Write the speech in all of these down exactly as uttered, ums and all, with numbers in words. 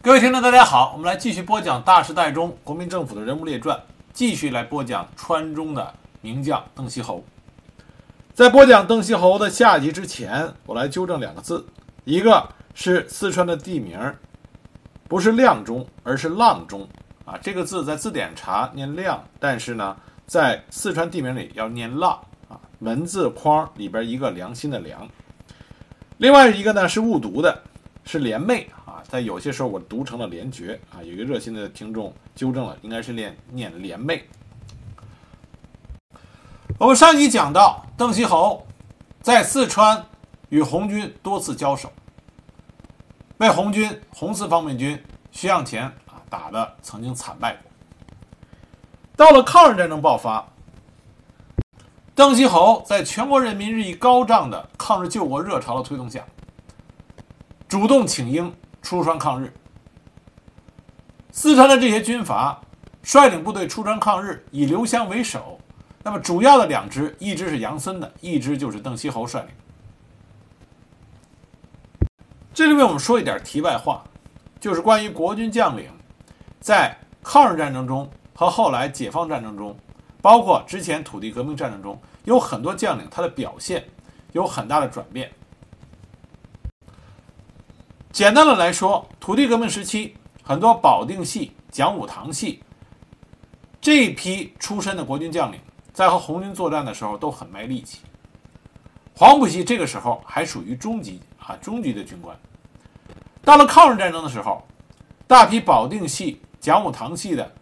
各位听众大家好，我们来继续播讲大时代中国民政府的人物列传，继续来播讲川中的名将邓锡侯。在播讲邓锡侯的下集之前，我来纠正两个字，一个是四川的地名不是阆中而是阆中啊，这个字在字典查念阆，但是呢在四川地名里要念阆啊，门字框里边一个良心的良。另外一个呢是误读的，是联袂啊，在有些时候我读成了联觉啊，有一个热心的听众纠正了，应该是念念联袂。我们上一集讲到邓锡侯在四川与红军多次交手，被红军红四方面军徐向前啊打得曾经惨败过。到了抗日战争爆发，邓锡侯在全国人民日益高涨的抗日救国热潮的推动下，主动请缨出川抗日。四川的这些军阀率领部队出川抗日，以刘湘为首，那么主要的两支，一支是杨森的，一支就是邓锡侯率领。这里为我们说一点题外话，就是关于国军将领在抗日战争中和后来解放战争中，包括之前土地革命战争中，有很多将领他的表现有很大的转变。简单的来说，土地革命时期，很多保定系、讲武堂系这一批出身的国军将领，在和红军作战的时候都很卖力气。黄埔系这个时候还属于中级啊中级的军官。到了抗日战争的时候，大批保定系、讲武堂系的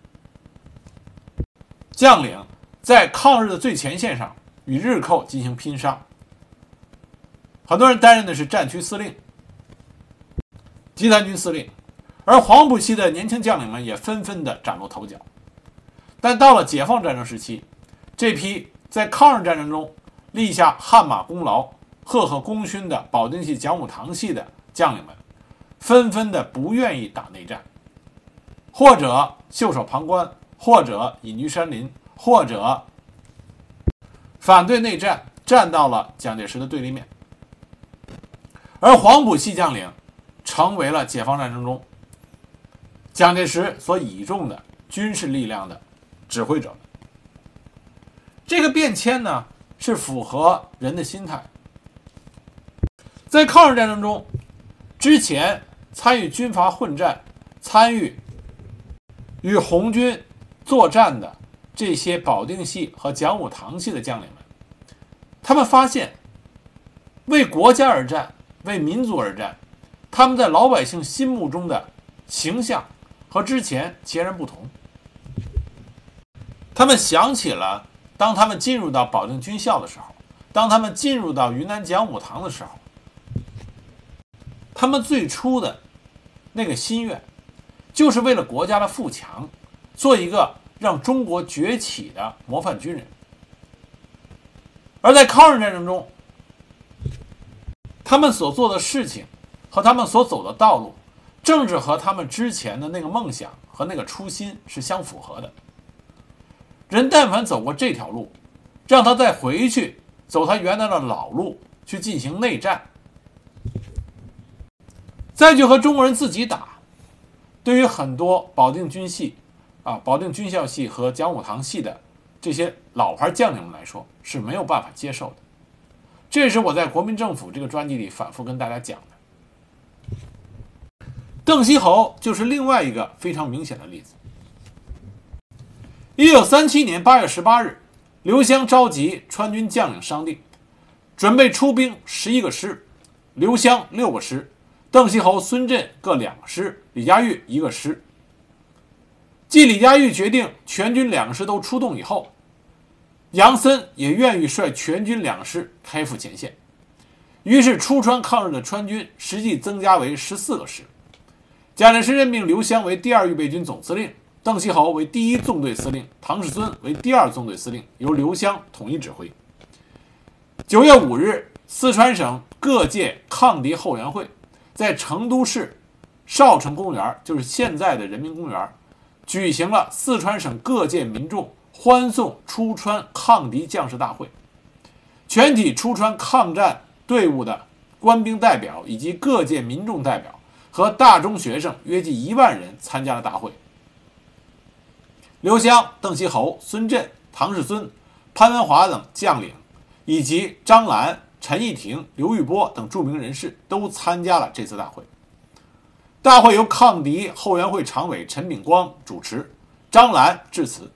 将领在抗日的最前线上与日寇进行拼杀，很多人担任的是战区司令、集团军司令，而黄埔系的年轻将领们也纷纷的崭露头角。但到了解放战争时期，这批在抗日战争中立下汗马功劳、赫赫功勋的保定系、讲武堂系的将领们，纷纷的不愿意打内战，或者袖手旁观，或者隐居山林，或者反对内战，站到了蒋介石的对立面。而黄埔系将领成为了解放战争中蒋介石所倚重的军事力量的指挥者们。这个变迁呢，是符合人的心态。在抗日战争中，之前参与军阀混战、参与与红军作战的这些保定系和讲武堂系的将领们，他们发现为国家而战、为民族而战，他们在老百姓心目中的形象和之前截然不同。他们想起了当他们进入到保定军校的时候，当他们进入到云南讲武堂的时候，他们最初的那个心愿，就是为了国家的富强，做一个让中国崛起的模范军人。而在抗日战争中，他们所做的事情和他们所走的道路，正是和他们之前的那个梦想和那个初心是相符合的。人但凡走过这条路，让他再回去走他原来的老路去进行内战，再去和中国人自己打，对于很多保定军系啊、保定军校系和讲武堂系的这些老牌将领们来说是没有办法接受的。这也是我在国民政府这个专辑里反复跟大家讲的。邓锡侯就是另外一个非常明显的例子。一九三七年八月十八日，刘湘召集川军将领商定，准备出兵十一个师，刘湘六个师，邓锡侯、孙震各两个师，李佳玉一个师。继李佳玉决定全军两个师都出动以后，杨森也愿意率全军两个师开赴前线，于是出川抗日的川军实际增加为十四个师。蒋介石任命刘湘为第二预备军总司令，邓锡侯为第一纵队司令，唐世尊为第二纵队司令，由刘湘统一指挥。九月五日，四川省各界抗敌后援会在成都市少城公园，就是现在的人民公园，举行了四川省各界民众欢送出川抗敌将士大会。全体出川抗战队伍的官兵代表以及各界民众代表和大中学生约近一万人参加了大会。刘湘、邓锡侯、孙震、唐世孙、潘文华等将领，以及张澜、陈毅庭、刘玉波等著名人士都参加了这次大会。大会由抗敌后援会常委陈炳光主持，张澜致辞。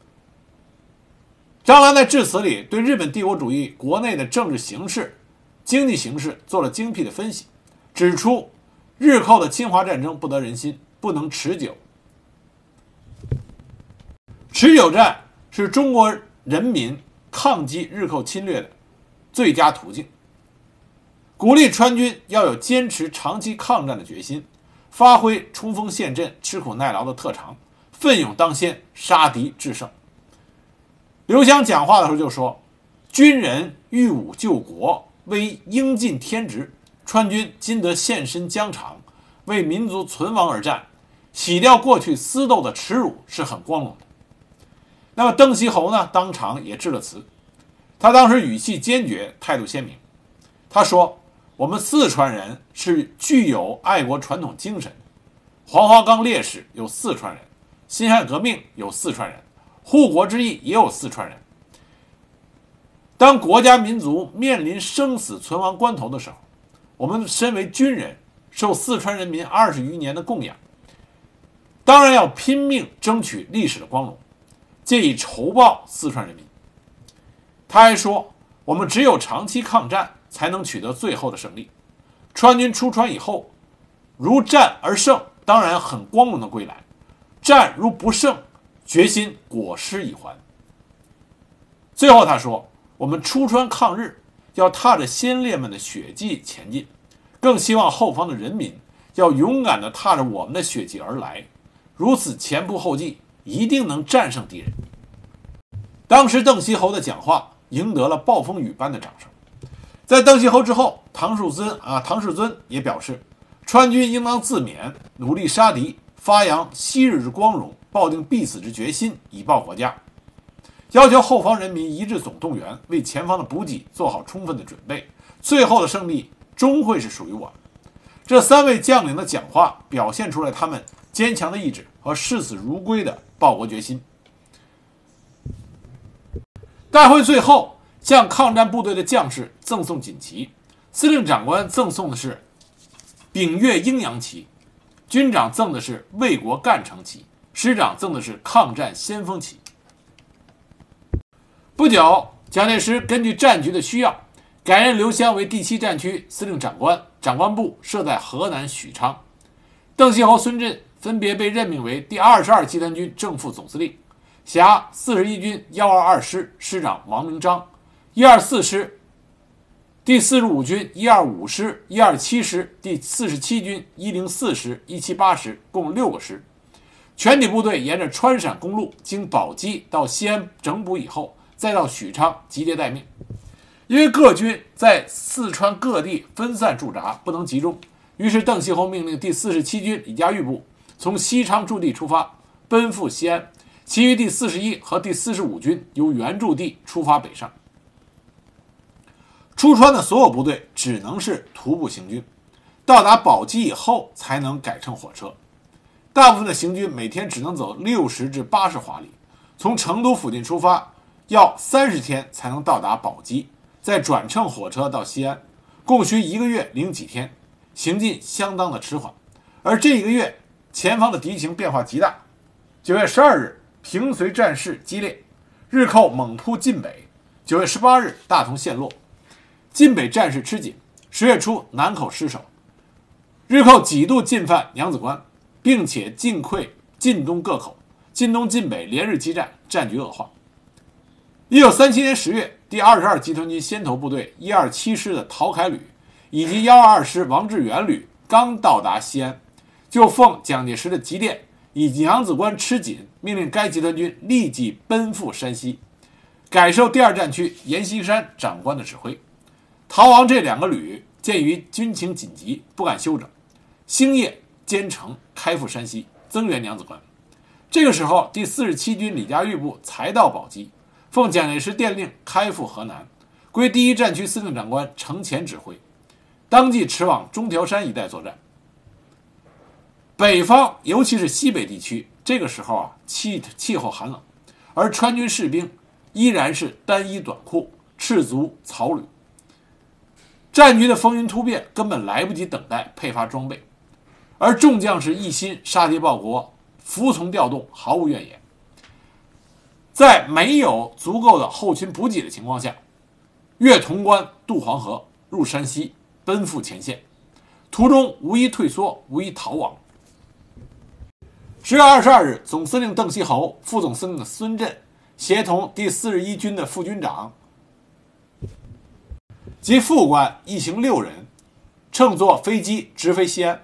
张澜在致辞里对日本帝国主义国内的政治形势、经济形势做了精辟的分析，指出日寇的侵华战争不得人心，不能持久。持久战是中国人民抗击日寇侵略的最佳途径。鼓励川军要有坚持长期抗战的决心，发挥冲锋陷阵、吃苦耐劳的特长，奋勇当先，杀敌制胜。刘湘讲话的时候就说：“军人欲武救国，为应尽天职。川军今得献身疆场，为民族存亡而战，洗掉过去私斗的耻辱是很光荣的。”那么邓锡侯呢，当场也致了辞。他当时语气坚决，态度鲜明。他说：“我们四川人是具有爱国传统精神的。黄花岗烈士有四川人，辛亥革命有四川人，护国之役也有四川人。当国家民族面临生死存亡关头的时候，我们身为军人，受四川人民二十余年的供养，当然要拼命争取历史的光荣，借以酬报四川人民。”他还说：“我们只有长期抗战，才能取得最后的胜利。川军出川以后，如战而胜，当然很光荣的归来；战如不胜，决心裹尸以还。”最后他说：“我们出川抗日，要踏着先烈们的血迹前进，更希望后方的人民要勇敢地踏着我们的血迹而来，如此前仆后继，一定能战胜敌人。”当时邓锡侯的讲话赢得了暴风雨般的掌声。在邓锡侯之后，唐树尊啊，唐世尊也表示，川军应当自勉，努力杀敌，发扬昔日之光荣，抱定必死之决心，以报国家。要求后方人民一致总动员，为前方的补给做好充分的准备，最后的胜利终会是属于我们。这三位将领的讲话表现出来他们坚强的意志和视死如归的报国决心。大会最后向抗战部队的将士赠送锦旗，司令长官赠送的是丙月鹰扬旗，军长赠的是为国干城旗，师长赠的是抗战先锋旗。不久，蒋介石根据战局的需要，改任刘湘为第七战区司令长官，长官部设在河南许昌。邓锡侯、孙震分别被任命为第二十二集团军正副总司令，辖四十一军一二二师，师长王明章；一二四师、第四十五军一二五师、一二七师、第四十七军一零四师、一七八师，共六个师。全体部队沿着川陕公路经宝鸡到西安整补以后，再到许昌集结待命。因为各军在四川各地分散驻扎，不能集中，于是邓锡侯命令第四十七军李家玉部从西昌驻地出发，奔赴西安，其余第四十一和第四十五军由原驻地出发北上。出川的所有部队只能是徒步行军，到达宝鸡以后才能改乘火车。大部分的行军每天只能走六十至八十华里，从成都附近出发要三十天才能到达宝鸡，再转乘火车到西安，共需一个月零几天，行进相当的迟缓。而这一个月前方的敌情变化极大。九月十二日，平绥战事激烈，日寇猛扑晋北。九月十八日，大同陷落，晋北战事吃紧。十月初，南口失守，日寇几度进犯娘子关，并且进溃晋东各口，晋东晋北连日激战，战局恶化。一九三七年十月，第二十二集团军先头部队一二七师的陶凯旅以及一二二师王致远旅刚到达西安，就奉蒋介石的急电，以娘子关吃紧，命令该集团军立即奔赴山西，改受第二战区阎锡山长官的指挥。逃亡这两个旅鉴于军情紧急，不敢休整，星夜兼程开赴山西，增援娘子关。这个时候，第四十七军李家玉部才到宝鸡，奉蒋介石电令开赴河南，归第一战区司令长官程潜指挥，当即驰往中条山一带作战。 北方尤其是西北地区，这个时候啊，气气候寒冷，而川军士兵依然是单衣短裤、赤足草履。战局的风云突变根本来不及等待配发装备，而众将士一心杀敌报国，服从调动，毫无怨言。在没有足够的后勤补给的情况下，越潼关渡黄河，入山西，奔赴前线，途中无一退缩，无一逃亡。十月二十二日，总司令邓锡侯、副总司令孙震协同第四十一军的副军长及副官一行六人，乘坐飞机直飞西安。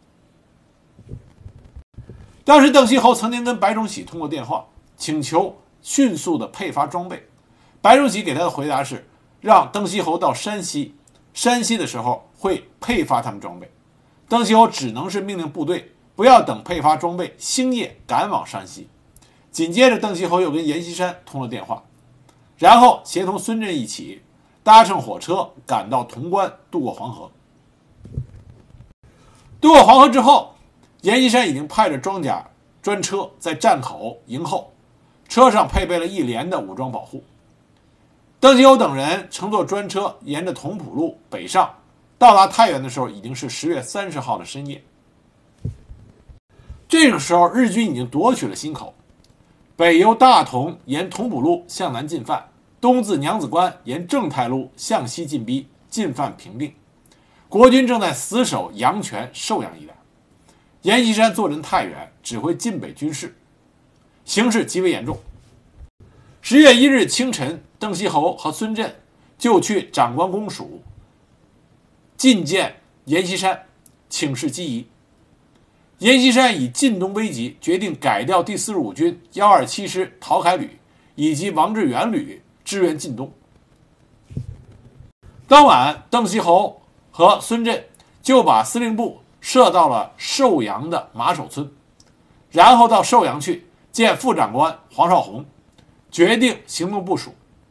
当时邓锡侯曾经跟白崇禧通过电话，请求迅速的配发装备。白崇禧给他的回答是，让邓锡侯到山西，山西的时候会配发他们装备。邓锡侯只能是命令部队不要等配发装备，星夜赶往山西。紧接着，邓锡侯又跟阎锡山通了电话，然后协同孙震一起搭乘火车赶到潼关，渡过黄河。渡过黄河之后，阎锡山已经派着装甲专车在站口迎候，车上配备了一连的武装保护。邓锡侯等人乘坐专车沿着同蒲路北上，到达太原的时候已经是十月三十号的深夜。这个时候，日军已经夺取了新口，北由大同沿同蒲路向南进犯，东自娘子关沿正太路向西进逼，进犯平定。国军正在死守阳泉、寿阳一带。阎锡山坐镇太原，指挥晋北军事，形势极为严重。十月一日清晨，邓锡侯和孙震就去长关公署觐见阎锡山，请示机宜。阎锡山以晋东危急，决定改调第四十五军一二七师陶凯旅以及王致远旅支援晋东。当晚，邓锡侯和孙震就把司令部设到了寿阳的马首村，然后到寿阳去见副长官黄绍竑，决定行动部署。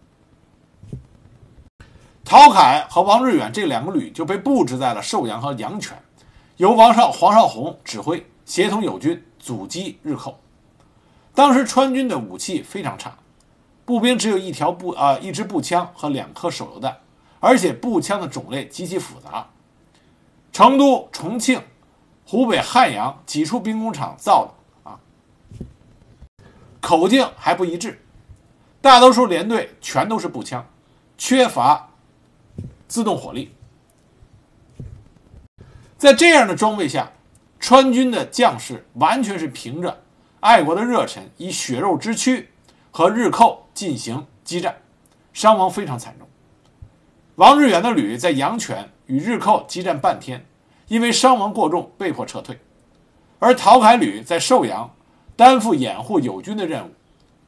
陶凯和王致远这两个旅就被布置在了寿阳和阳泉，由王绍黄绍竑指挥，协同友军阻击日寇。当时川军的武器非常差，步兵只有一条步啊、呃、一支步枪和两颗手榴弹，而且步枪的种类极其复杂。成都、重庆、湖北汉阳几处兵工厂造的啊，口径还不一致，大多数连队全都是步枪，缺乏自动火力。在这样的装备下，川军的将士完全是凭着爱国的热忱，以血肉之躯和日寇进行激战，伤亡非常惨重。王致远的旅在阳泉与日寇激战半天，因为伤亡过重被迫撤退，而陶凯旅在寿阳担负掩护友军的任务，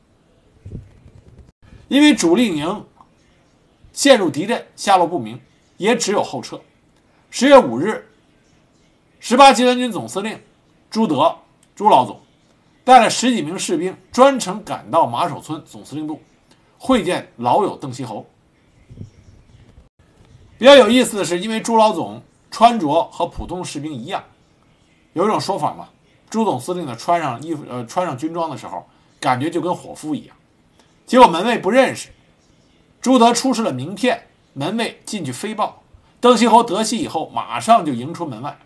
因为主力营陷入敌阵，下落不明，也只有后撤。十月五日，十八集团军总司令朱德朱老总带了十几名士兵专程赶到马首村总司令部会见老友邓锡侯。比较有意思的是，因为朱老总穿着和普通士兵一样，有一种说法嘛，朱总司令呢穿上衣服呃穿上军装的时候，感觉就跟伙夫一样。结果门卫不认识，朱德出示了名片，门卫进去飞报，邓锡侯得悉以后，马上就迎出门外。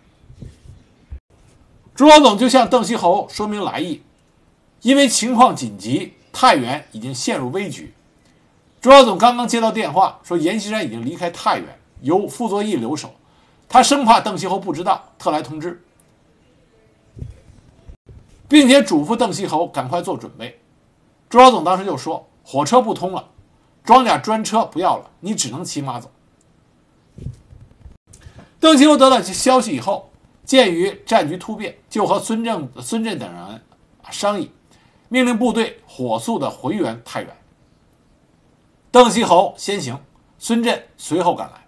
朱老总就向邓锡侯说明来意，因为情况紧急，太原已经陷入危局。朱老总刚刚接到电话，说阎锡山已经离开太原，由傅作义留守，他生怕邓锡侯不知道，特来通知，并且嘱咐邓锡侯赶快做准备。朱老总当时就说，火车不通了，装甲专车不要了，你只能骑马走。邓锡侯得到消息以后，鉴于战局突变，就和孙震、孙震等人商议，命令部队火速的回援太原。邓锡侯先行，孙震随后赶来。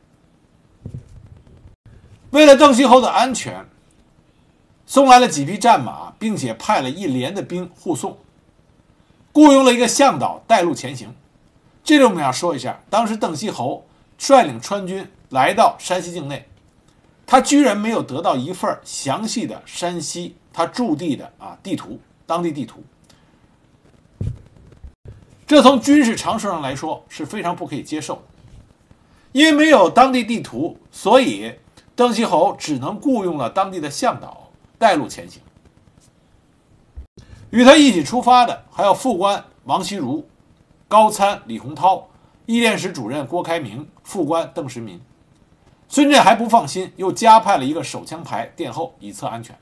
为了邓锡侯的安全，送来了几匹战马，并且派了一连的兵护送，雇佣了一个向导带路前行。这里我们要说一下，当时邓锡侯率领川军来到山西境内，他居然没有得到一份详细的山西他驻地的啊地图，当地地图。这从军事常识上来说是非常不可以接受的，因为没有当地地图，所以邓锡侯只能雇佣了当地的向导带路前行。与他一起出发的还有副官王锡如、高参李洪涛、医练使主任郭开明、副官邓时民。孙震还不放心，又加派了一个手枪排殿后，以策安全。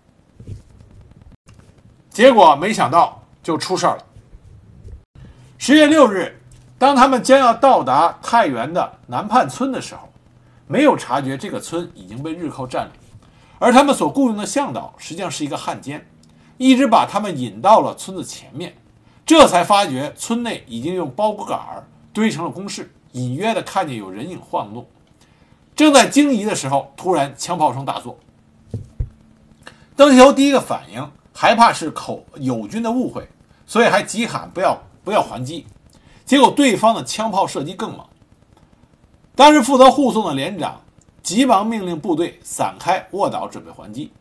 结果没想到就出事了。十月六日，当他们将要到达太原的南畔村的时候，没有察觉这个村已经被日寇占领，而他们所雇佣的向导实际上是一个汉奸，一直把他们引到了村子前面，这才发觉村内已经用包谷杆堆成了工事，隐约的看见有人影晃动。正在惊疑的时候，突然枪炮声大作。邓锡侯第一个反应害怕是口友军的误会，所以还急喊不要不要还击。结果对方的枪炮射击更猛。当时负责护送的连长急忙命令部队散开卧倒，准备还击。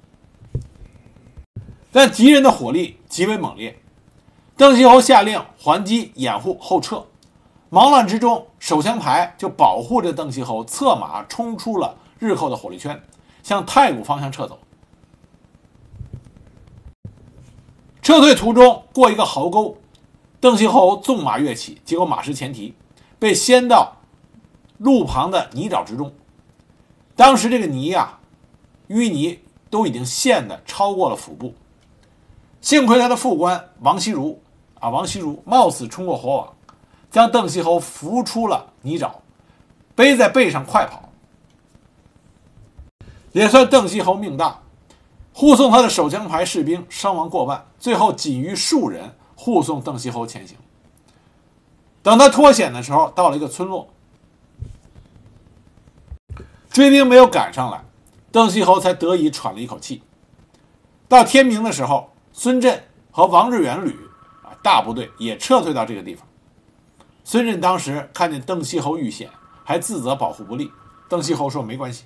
但敌人的火力极为猛烈，邓锡侯下令还击掩护后撤。忙乱之中，手枪排就保护着邓锡侯策马冲出了日寇的火力圈，向太谷方向撤走。撤退途中过一个壕沟，邓锡侯纵马跃起，结果马失前蹄，被掀到路旁的泥沼之中。当时这个泥啊，淤泥都已经陷得超过了腹部。幸亏他的副官王锡如啊，王锡如冒死冲过火网，将邓锡侯扶出了泥沼，背在背上快跑。也算邓锡侯命大，护送他的手枪排士兵伤亡过半，最后仅余数人护送邓锡侯前行。等他脱险的时候，到了一个村落，追兵没有赶上来，邓锡侯才得以喘了一口气。到天明的时候，孙震和王志远旅啊大部队也撤退到这个地方。孙震当时看见邓锡侯遇险，还自责保护不力。邓锡侯说没关系。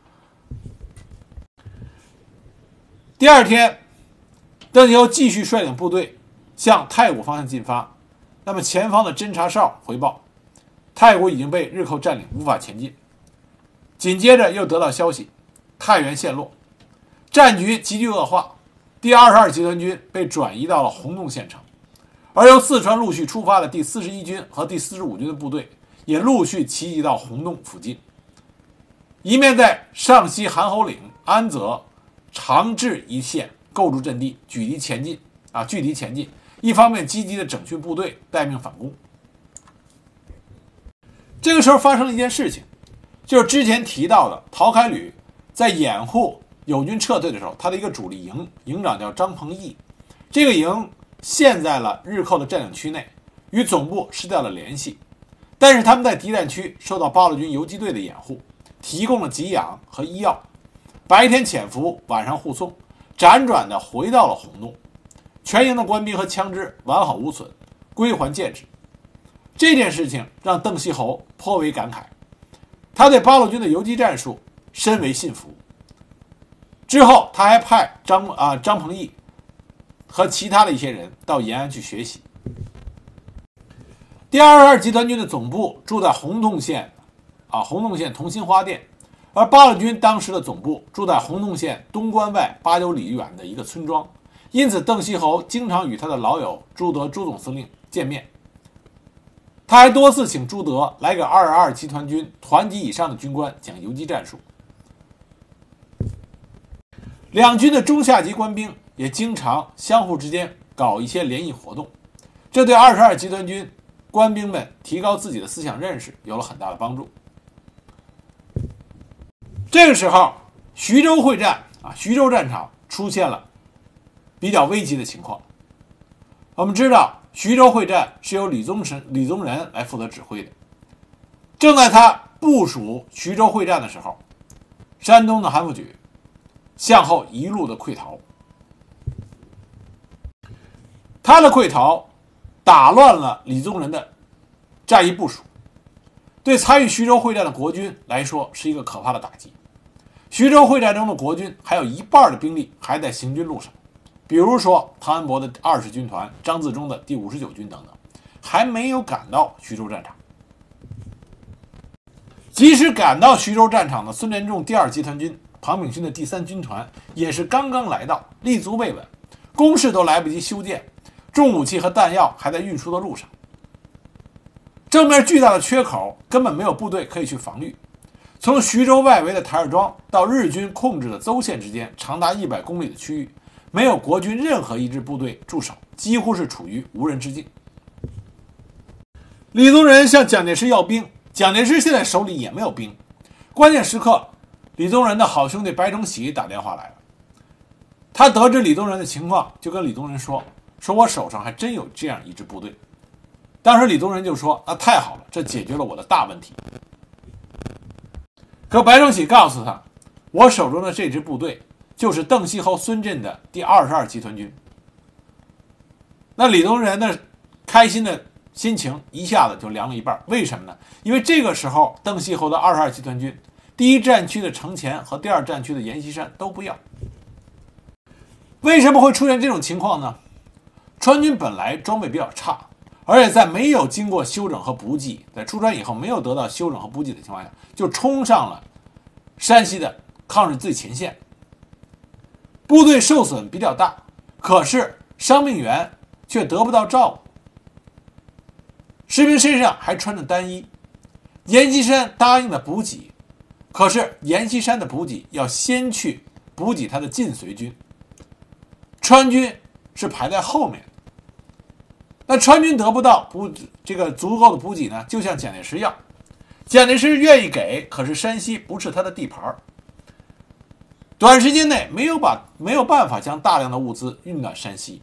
第二天，邓锡侯继续率领部队向太谷方向进发。那么前方的侦察哨回报，太谷已经被日寇占领，无法前进。紧接着又得到消息，太原陷落，战局急剧恶化。第二十二集团军被转移到了洪洞县城，而由四川陆续出发的第四十一军和第四十五军的部队也陆续齐集到洪洞附近，一面在上西韩侯岭、安泽、长治一线构筑阵地，举敌前进啊，拒敌前进；一方面积极的整训部队，待命反攻。这个时候发生了一件事情，就是之前提到的陶开旅在掩护友军撤退的时候，他的一个主力营营长叫张鹏毅，这个营陷在了日寇的占领区内，与总部失掉了联系。但是他们在敌占区受到八路军游击队的掩护，提供了给养和医药，白天潜伏，晚上护送，辗转的回到了洪洞。全营的官兵和枪支完好无损，归还建制。这件事情让邓锡侯颇为感慨，他对八路军的游击战术深为信服。之后他还派张啊张鹏毅和其他的一些人到延安去学习。第二十二集团军的总部住在洪洞县啊洪洞县同心花店，而八路军当时的总部住在洪洞县东关外八九里远的一个村庄，因此邓锡侯经常与他的老友朱德朱总司令见面。他还多次请朱德来给二十二集团军团级以上的军官讲游击战术。两军的中下级官兵也经常相互之间搞一些联谊活动，这对二十二集团军官兵们提高自己的思想认识有了很大的帮助。这个时候，徐州会战啊，徐州战场出现了比较危急的情况。我们知道，徐州会战是由李宗仁李宗仁来负责指挥的。正在他部署徐州会战的时候，山东的韩复榘向后一路的溃逃，他的溃逃打乱了李宗仁的战役部署，对参与徐州会战的国军来说是一个可怕的打击。 徐州会战中的国军还有一半的兵力还在行军路上，比如说汤恩伯的二十军团、张自忠的第五十九军等等，还没有赶到徐州战场。即使赶到徐州战场的孙连仲第二集团军、庞炳勋的第三军团也是刚刚来到，立足未稳，工事都来不及修建，重武器和弹药还在运输的路上。正面巨大的缺口，根本没有部队可以去防御。从徐州外围的台儿庄到日军控制的邹县之间，长达一百公里的区域，没有国军任何一支部队驻守，几乎是处于无人之境。李宗仁向蒋介石要兵，蒋介石现在手里也没有兵。关键时刻，李宗仁的好兄弟白崇禧打电话来了。他得知李宗仁的情况，就跟李宗仁说：“说我手上还真有这样一支部队。”当时李宗仁就说：“那太好了，这解决了我的大问题。”可白崇禧告诉他：“我手中的这支部队就是邓锡侯孙震的第二十二集团军。”那李宗仁的开心的心情一下子就凉了一半。为什么呢？因为这个时候邓锡侯的二十二集团军第一战区的程潜和第二战区的阎锡山都不要。为什么会出现这种情况呢？川军本来装备比较差，而且在没有经过休整和补给，在出川以后没有得到休整和补给的情况下，就冲上了山西的抗日最前线，部队受损比较大，可是伤病员却得不到照顾，士兵身上还穿着单衣。阎锡山答应的补给，可是阎锡山的补给要先去补给他的晋绥军，川军是排在后面。那川军得不到补这个足够的补给呢，就向蒋介石要，蒋介石愿意给，可是山西不是他的地盘，短时间内没有把没有办法将大量的物资运到山西。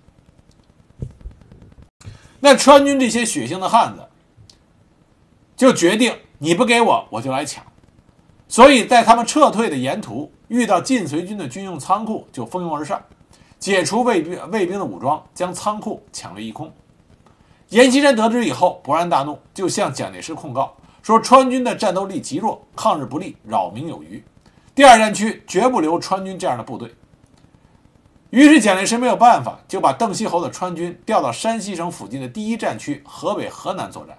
那川军这些血性的汉子就决定，你不给我，我就来抢。所以在他们撤退的沿途，遇到晋绥军的军用仓库，就蜂拥而上，解除卫兵卫兵的武装，将仓库抢掠一空。阎锡山得知以后勃然大怒，就向蒋介石控告说，川军的战斗力极弱，抗日不利，扰民有余，第二战区绝不留川军这样的部队。于是蒋介石没有办法，就把邓锡侯的川军调到山西省附近的第一战区河北、河南作战。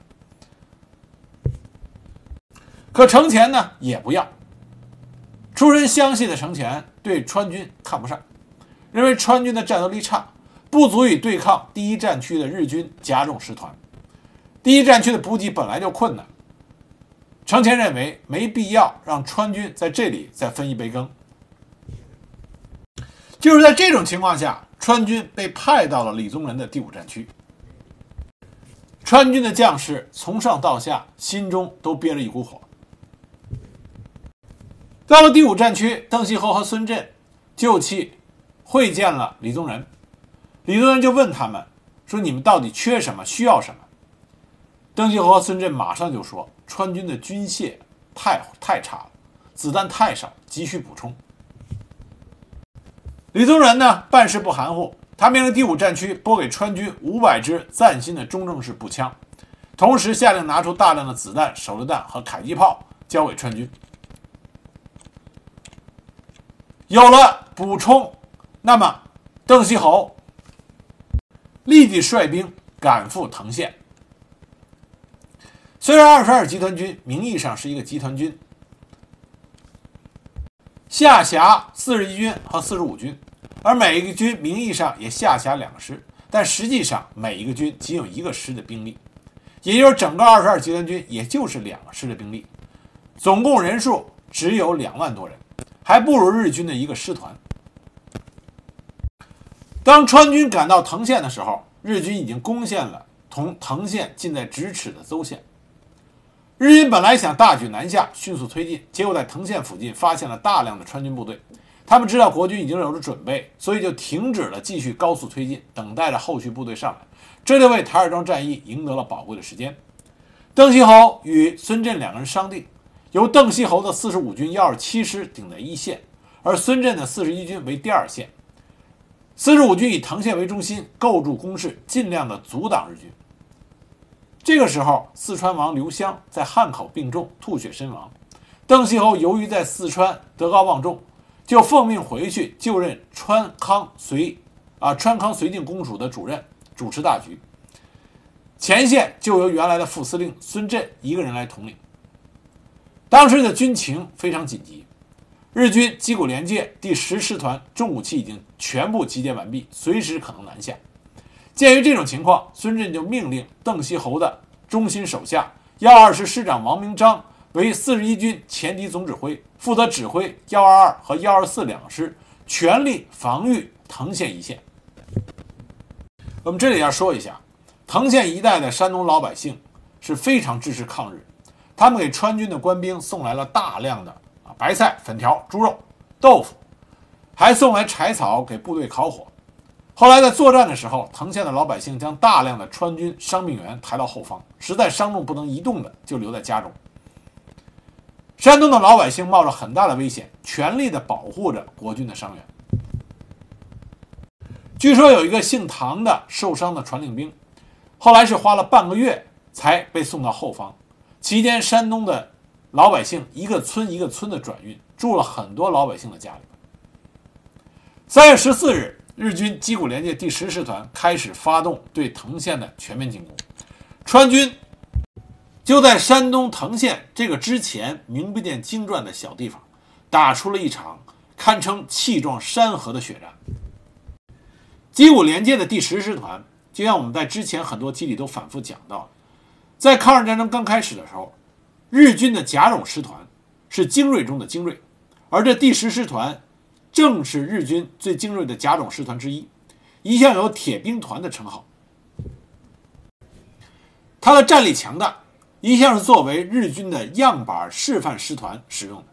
可程潜呢也不要，出身湘西的程潜对川军看不上，认为川军的战斗力差，不足以对抗第一战区的日军加重师团。第一战区的补给本来就困难，程潜认为没必要让川军在这里再分一杯羹。就是在这种情况下，川军被派到了李宗仁的第五战区。川军的将士从上到下心中都憋着一股火。到了第五战区，邓锡侯和孙震就去会见了李宗仁。李宗仁就问他们说，你们到底缺什么，需要什么？邓锡侯和孙震马上就说，川军的军械太太差了，子弹太少，急需补充。李宗仁呢办事不含糊，他命令第五战区拨给川军五百支崭新的中正式步枪，同时下令拿出大量的子弹、手榴弹和迫击炮交给川军。有了补充，那么邓锡侯立即率兵赶赴藤县。虽然二十二集团军名义上是一个集团军，下辖四十一军和四十五军，而每一个军名义上也下辖两个师，但实际上每一个军仅有一个师的兵力，也就是整个二十二集团军也就是两个师的兵力，总共人数只有两万多人，还不如日军的一个师团。当川军赶到藤县的时候，日军已经攻陷了同藤县近在咫尺的邹县。日军本来想大举南下，迅速推进，结果在藤县附近发现了大量的川军部队。他们知道国军已经有了准备，所以就停止了继续高速推进，等待着后续部队上来。这就为台儿庄战役赢得了宝贵的时间。邓锡侯与孙震两个人商定，由邓锡侯的四十五军幺二七师顶在一线，而孙震的四十一军为第二线。四十五军以藤县为中心，构筑工事，尽量的阻挡日军。这个时候，四川王刘襄在汉口病重，吐血身亡。 邓锡侯由于在四川德高望重，就奉命回去就任川康绥啊川康绥靖公署的主任，主持大局。前线就由原来的副司令孙震一个人来统领。当时的军情非常紧急，日军矶谷联界第十师团重武器已经全部集结完毕，随时可能南下。鉴于这种情况，孙震就命令邓锡侯的忠心手下一二师师长王明章为四十一军前敌总指挥，负责指挥一二二和一二四两师全力防御藤县一线。我们这里要说一下，藤县一带的山东老百姓是非常支持抗日，他们给川军的官兵送来了大量的白菜、粉条、猪肉、豆腐，还送来柴草给部队烤火。后来在作战的时候，藤县的老百姓将大量的川军伤病员抬到后方，实在伤重不能移动的就留在家中。山东的老百姓冒着很大的危险，全力的保护着国军的伤员。据说有一个姓唐的受伤的传令兵，后来是花了半个月才被送到后方。期间山东的老百姓一个村一个村的转运，住了很多老百姓的家里。三月十四日，日军矶谷联界第十师团开始发动对藤县的全面进攻。川军就在山东藤县这个之前名不见经传的小地方，打出了一场堪称气壮山河的血战。矶谷联界的第十师团，就像我们在之前很多集里都反复讲到，在抗日战争刚开始的时候，日军的甲种师团是精锐中的精锐，而这第十师团正是日军最精锐的甲种师团之一，一向有铁兵团的称号。它的战力强大，一向是作为日军的样板示范师团使用的。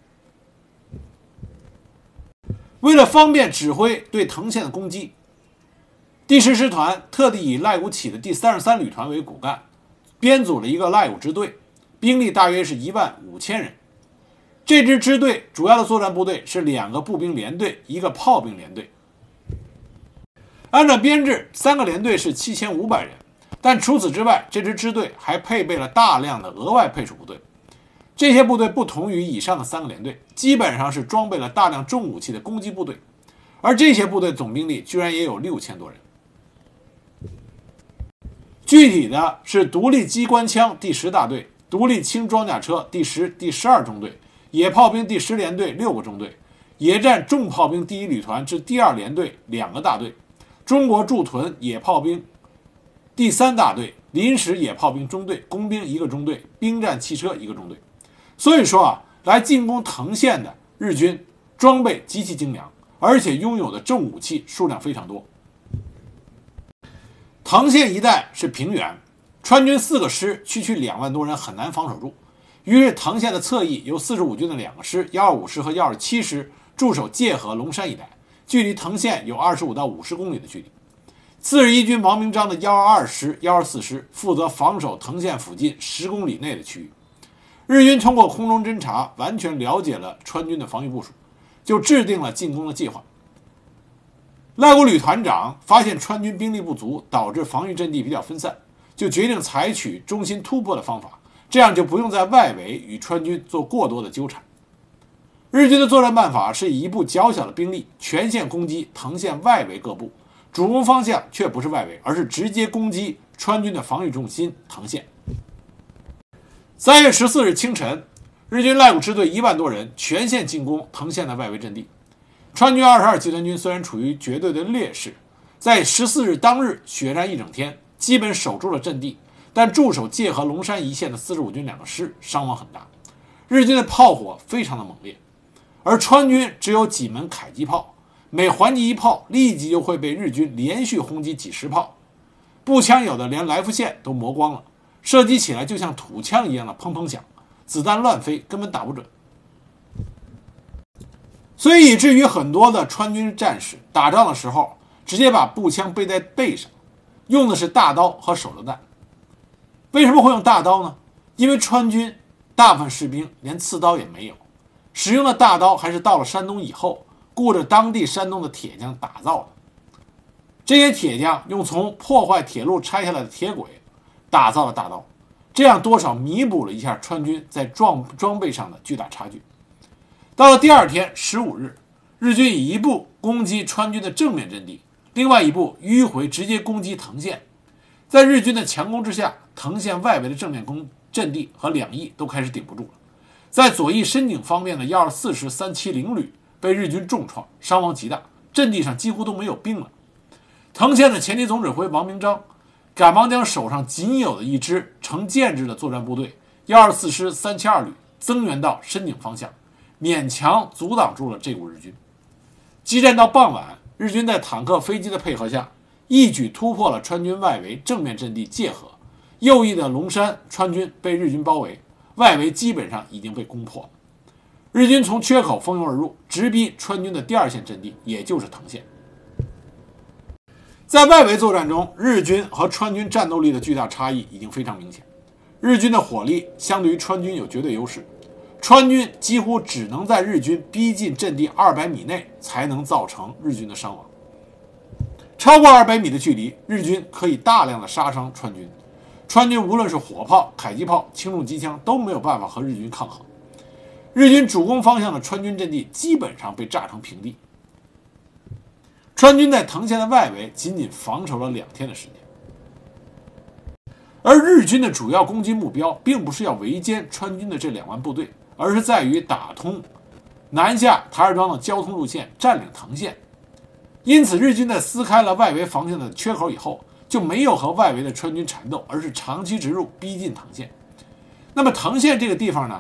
为了方便指挥对藤县的攻击，第十师团特地以赖谷起的第三十三旅团为骨干，编组了一个赖谷支队，兵力大约是一万五千人。这支支队主要的作战部队是两个步兵连队，一个炮兵连队。按照编制，三个连队是七千五百人，但除此之外，这支支队还配备了大量的额外配属部队。这些部队不同于以上的三个连队，基本上是装备了大量重武器的攻击部队，而这些部队总兵力居然也有六千多人。具体的是独立机关枪第十大队、独立轻装甲车第十、第十二中队、野炮兵第十联队六个中队、野战重炮兵第一旅团至第二联队两个大队、中国驻屯野炮兵第三大队、临时野炮兵中队、工兵一个中队、兵战汽车一个中队。所以说啊，来进攻藤县的日军装备极其精良，而且拥有的重武器数量非常多。藤县一带是平原，川军四个师区区两万多人很难防守住，于是藤县的侧翼由四十五军的两个师一二五师和一二七师驻守界河龙山一带，距离藤县有二十五到五十公里的距离。四十一军王明章的一二二师一二四师负责防守藤县附近十公里内的区域。日军通过空中侦察完全了解了川军的防御部署，就制定了进攻的计划。赖谷旅团长发现川军兵力不足，导致防御阵地比较分散，就决定采取中心突破的方法，这样就不用在外围与川军做过多的纠缠。日军的作战办法是以一部较小的兵力全线攻击藤县外围各部，主攻方向却不是外围，而是直接攻击川军的防御重心藤县。三月十四日清晨，日军赖谷支队一万多人全线进攻藤县的外围阵地。川军二十二集团军虽然处于绝对的劣势，在十四日当日血战一整天，基本守住了阵地，但驻守界河龙山一线的四十五军两个师伤亡很大，日军的炮火非常的猛烈，而川军只有几门迫击炮，每还击一炮，立即就会被日军连续轰击几十炮，步枪有的连来福线都磨光了，射击起来就像土枪一样的砰砰响，子弹乱飞，根本打不准。所以以至于很多的川军战士打仗的时候直接把步枪背在背上，用的是大刀和手榴弹。为什么会用大刀呢？因为川军大部分士兵连刺刀也没有，使用的大刀还是到了山东以后雇着当地山东的铁匠打造的。这些铁匠用从破坏铁路拆下来的铁轨打造了大刀， 这样多少弥补了一下川军在装装备上的巨大差距。到了第二天十五日，日军以一部攻击川军的正面阵地，另外一部迂回直接攻击藤县。在日军的强攻之下，藤县外围的正面攻阵地和两翼都开始顶不住了。在左翼深井方面的一二四师三七零旅被日军重创，伤亡极大，阵地上几乎都没有兵了。藤县的前敌总指挥王明章赶忙将手上仅有的一支成建制的作战部队一二四师三七二旅增援到深井方向，勉强阻挡住了这股日军。激战到傍晚，日军在坦克、飞机的配合下，一举突破了川军外围正面阵地界河，右翼的龙山川军被日军包围，外围基本上已经被攻破了。日军从缺口蜂拥而入，直逼川军的第二线阵地，也就是藤县。在外围作战中，日军和川军战斗力的巨大差异已经非常明显。日军的火力相对于川军有绝对优势，川军几乎只能在日军逼近阵地二百米内才能造成日军的伤亡。超过二百米的距离，日军可以大量的杀伤川军，川军无论是火炮、迫击炮、轻重机枪都没有办法和日军抗衡。日军主攻方向的川军阵地基本上被炸成平地。川军在藤县的外围仅仅防守了两天的时间，而日军的主要攻击目标并不是要围歼川军的这两万部队，而是在于打通南下台儿庄的交通路线，占领藤县。因此，日军在撕开了外围防线的缺口以后，就没有和外围的川军缠斗，而是长驱直入，逼近藤县。那么藤县这个地方呢，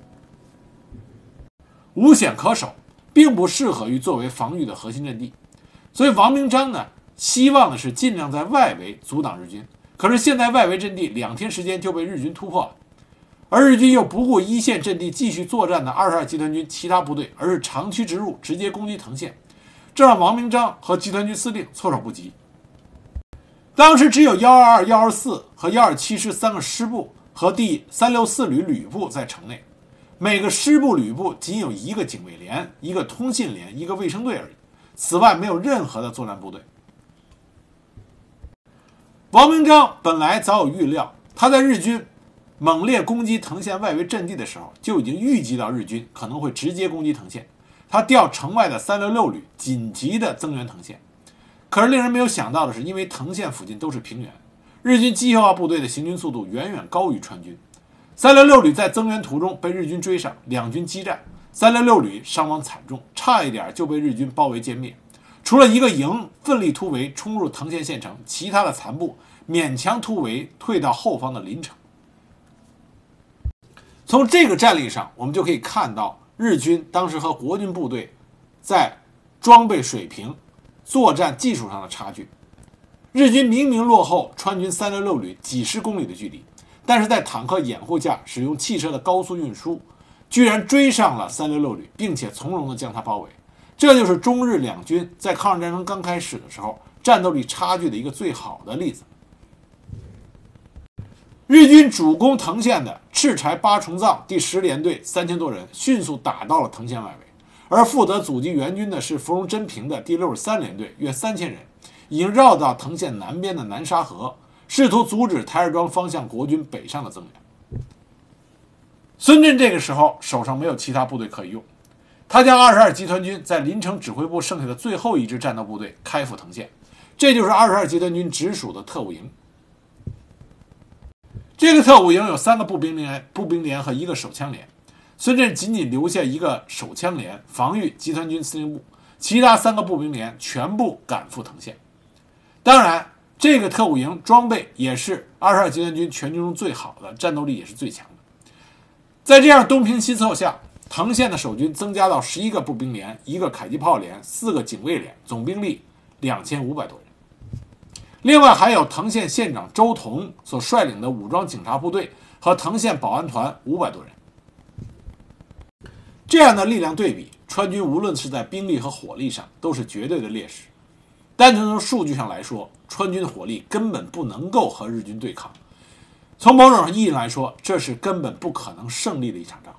无险可守，并不适合于作为防御的核心阵地。所以王明章呢，希望的是尽量在外围阻挡日军。可是现在外围阵地两天时间就被日军突破了，而日军又不顾一线阵地继续作战的二十二集团军其他部队，而是长驱直入，直接攻击藤县，这让王明章和集团军司令措手不及。当时只有一二二、一二四和一二七师三个师部和第三六四旅旅部在城内，每个师部旅部仅有一个警卫连、一个通信连、一个卫生队而已，此外没有任何的作战部队。王明章本来早有预料，他在日军猛烈攻击藤县外围阵地的时候，就已经预计到日军可能会直接攻击藤县，他调城外的三六六旅紧急的增援藤县。可是令人没有想到的是，因为藤县附近都是平原，日军机械化部队的行军速度远远高于川军。三六六旅在增援途中被日军追上，两军激战，三六六旅伤亡惨重，差一点就被日军包围歼灭。除了一个营奋力突围冲入藤县县城，其他的残部勉强突围退到后方的临城。从这个战例上，我们就可以看到日军当时和国军部队在装备水平、作战技术上的差距。日军明明落后川军三六六旅几十公里的距离，但是在坦克掩护下，使用汽车的高速运输，居然追上了三六六旅，并且从容地将它包围。这就是中日两军在抗日战争刚开始的时候战斗力差距的一个最好的例子。日军主攻藤县的赤柴八重藏第十联队三千多人迅速打到了藤县外围，而负责阻击援军的是芙蓉真平的第六十三联队约三千人，已经绕到藤县南边的南沙河，试图阻止台儿庄方向国军北上的增援。孙震这个时候手上没有其他部队可以用，他将二十二集团军在临城指挥部剩下的最后一支战斗部队开赴藤县，这就是二十二集团军直属的特务营。这个特务营有三个步兵连、步兵连和一个手枪连。孙震仅仅留下一个手枪连防御集团军司令部，其他三个步兵连全部赶赴藤县。当然，这个特务营装备也是二十二集团军全军中最好的，战斗力也是最强的。在这样东拼西凑下，藤县的守军增加到十一个步兵连、一个迫击炮连、四个警卫连，总兵力两千五百多人。另外还有藤县县长周同所率领的武装警察部队和藤县保安团五百多人。这样的力量对比，川军无论是在兵力和火力上都是绝对的劣势。单纯从数据上来说，川军的火力根本不能够和日军对抗。从某种意义来说，这是根本不可能胜利的一场仗。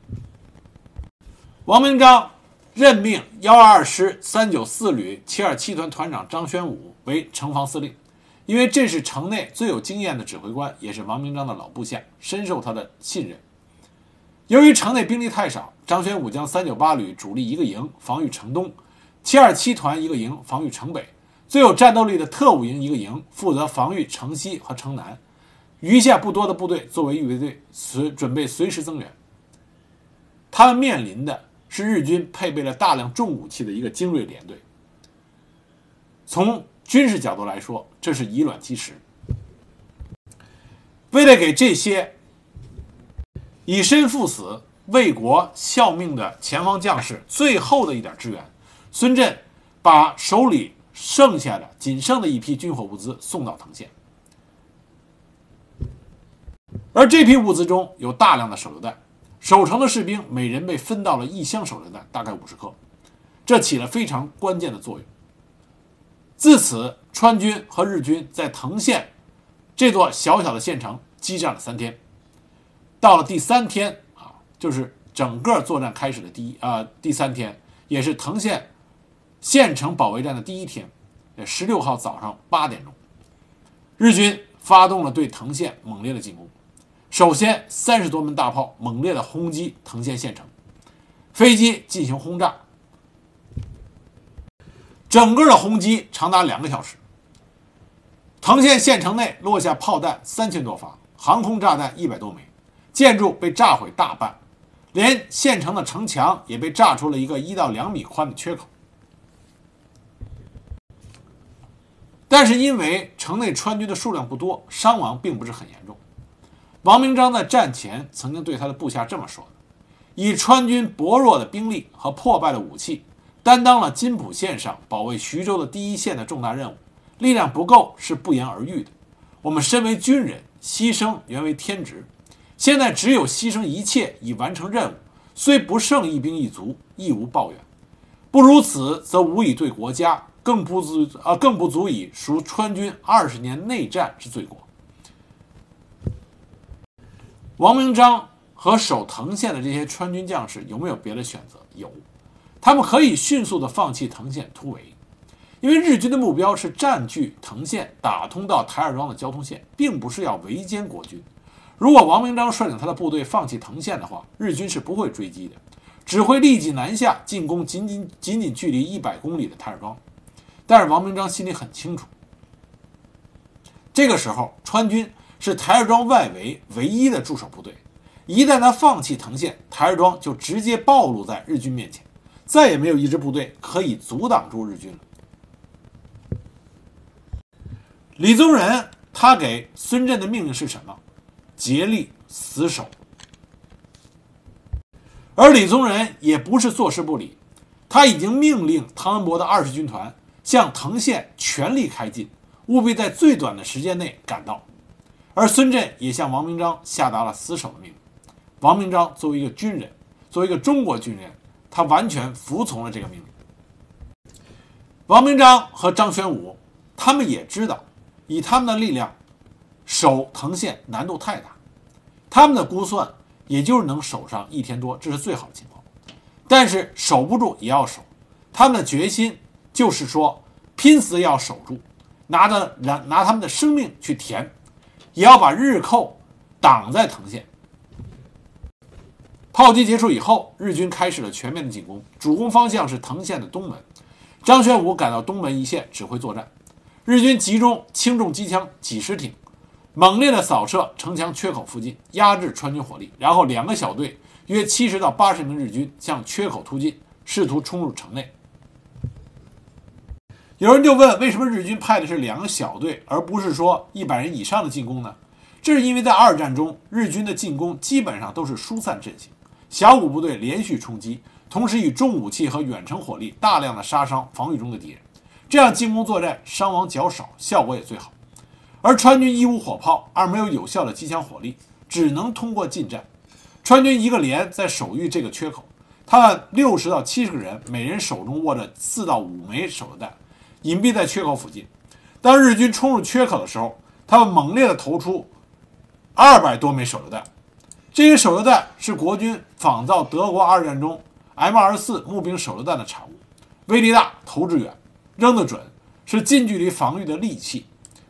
王明章任命一二二师三九四旅七二七团团长张宣武为城防司令， 因为这是城内最有经验的指挥官，也是王明章的老部下，深受他的信任。由于城内兵力太少，张学武将三九八旅主力一个营防御城东，七二七团一个营防御城北，最有战斗力的特务营一个营负责防御城西和城南，余下不多的部队作为预备队，随准备随时增援。他们面临的是日军配备了大量重武器的一个精锐连队。从军事角度来说，这是以卵击石。为了给这些以身赴死、为国效命的前方将士最后的一点支援，孙震把手里剩下的仅剩的一批军火物资送到藤县。而这批物资中有大量的手榴弹，守城的士兵每人被分到了一箱手榴弹，大概五十颗，这起了非常关键的作用。自此，川军和日军在藤县这座小小的县城激战了三天。到了第三天啊，就是整个作战开始的第一啊、呃、第三天，也是藤县县城保卫战的第一天。十六号早上八点钟，日军发动了对藤县猛烈的进攻。首先，三十多门大炮猛烈的轰击藤县县城，飞机进行轰炸。整个的轰击长达两个小时，藤县县城内落下炮弹三千多发，航空炸弹一百多枚，建筑被炸毁大半，连县城的城墙也被炸出了一个一到两米宽的缺口。但是因为城内川军的数量不多，伤亡并不是很严重。王明章在战前曾经对他的部下这么说的：以川军薄弱的兵力和破败的武器，担当了津浦线上保卫徐州的第一线的重大任务，力量不够是不言而喻的。我们身为军人，牺牲原为天职，现在只有牺牲一切以完成任务，虽不胜一兵一卒，亦无抱怨。不如此，则无以对国家，更不足呃更不足以赎川军二十年内战之罪过。王明章和守藤县的这些川军将士有没有别的选择？有，他们可以迅速地放弃藤县突围，因为日军的目标是占据藤县，打通到台儿庄的交通线，并不是要围歼国军。如果王明章率领他的部队放弃藤县的话，日军是不会追击的，只会立即南下进攻仅仅仅仅距离一百公里的台儿庄。但是王明章心里很清楚，这个时候川军是台儿庄外围唯一的驻守部队，一旦他放弃藤县，台儿庄就直接暴露在日军面前，再也没有一支部队可以阻挡住日军了。李宗仁他给孙震的命令是什么？竭力死守。而李宗仁也不是坐视不理，他已经命令汤恩伯的二十军团向藤县全力开进，务必在最短的时间内赶到。而孙震也向王明章下达了死守的命令。王明章作为一个军人，作为一个中国军人，他完全服从了这个命令。王明章和张玄武他们也知道，以他们的力量守藤县难度太大，他们的估算也就是能守上一天多，这是最好的情况。但是守不住也要守，他们的决心就是说拼死也要守住，拿着拿拿他们的生命去填，也要把日寇挡在藤县。炮击结束以后，日军开始了全面的进攻，主攻方向是藤县的东门。张玄武赶到东门一线指挥作战，日军集中轻重机枪几十挺，猛烈的扫射城墙缺口附近，压制川军火力，然后两个小队约七十到八十名日军向缺口突进，试图冲入城内。有人就问，为什么日军派的是两个小队，而不是说一百人以上的进攻呢？这是因为在二战中，日军的进攻基本上都是疏散阵型，小股部队连续冲击，同时以重武器和远程火力大量的杀伤防御中的敌人，这样进攻作战伤亡较少，效果也最好。而川军一无火炮，二没有有效的机枪火力，只能通过近战。川军一个连在守御这个缺口，他们六十到七十个人，每人手中握着四到五枚手榴弹，隐蔽在缺口附近。当日军冲入缺口的时候，他们猛烈地投出二百多枚手榴弹。这些手榴弹是国军仿造德国二战中 M 二十四 步兵手榴弹的产物，威力大，投掷远，扔得准，是近距离防御的利器。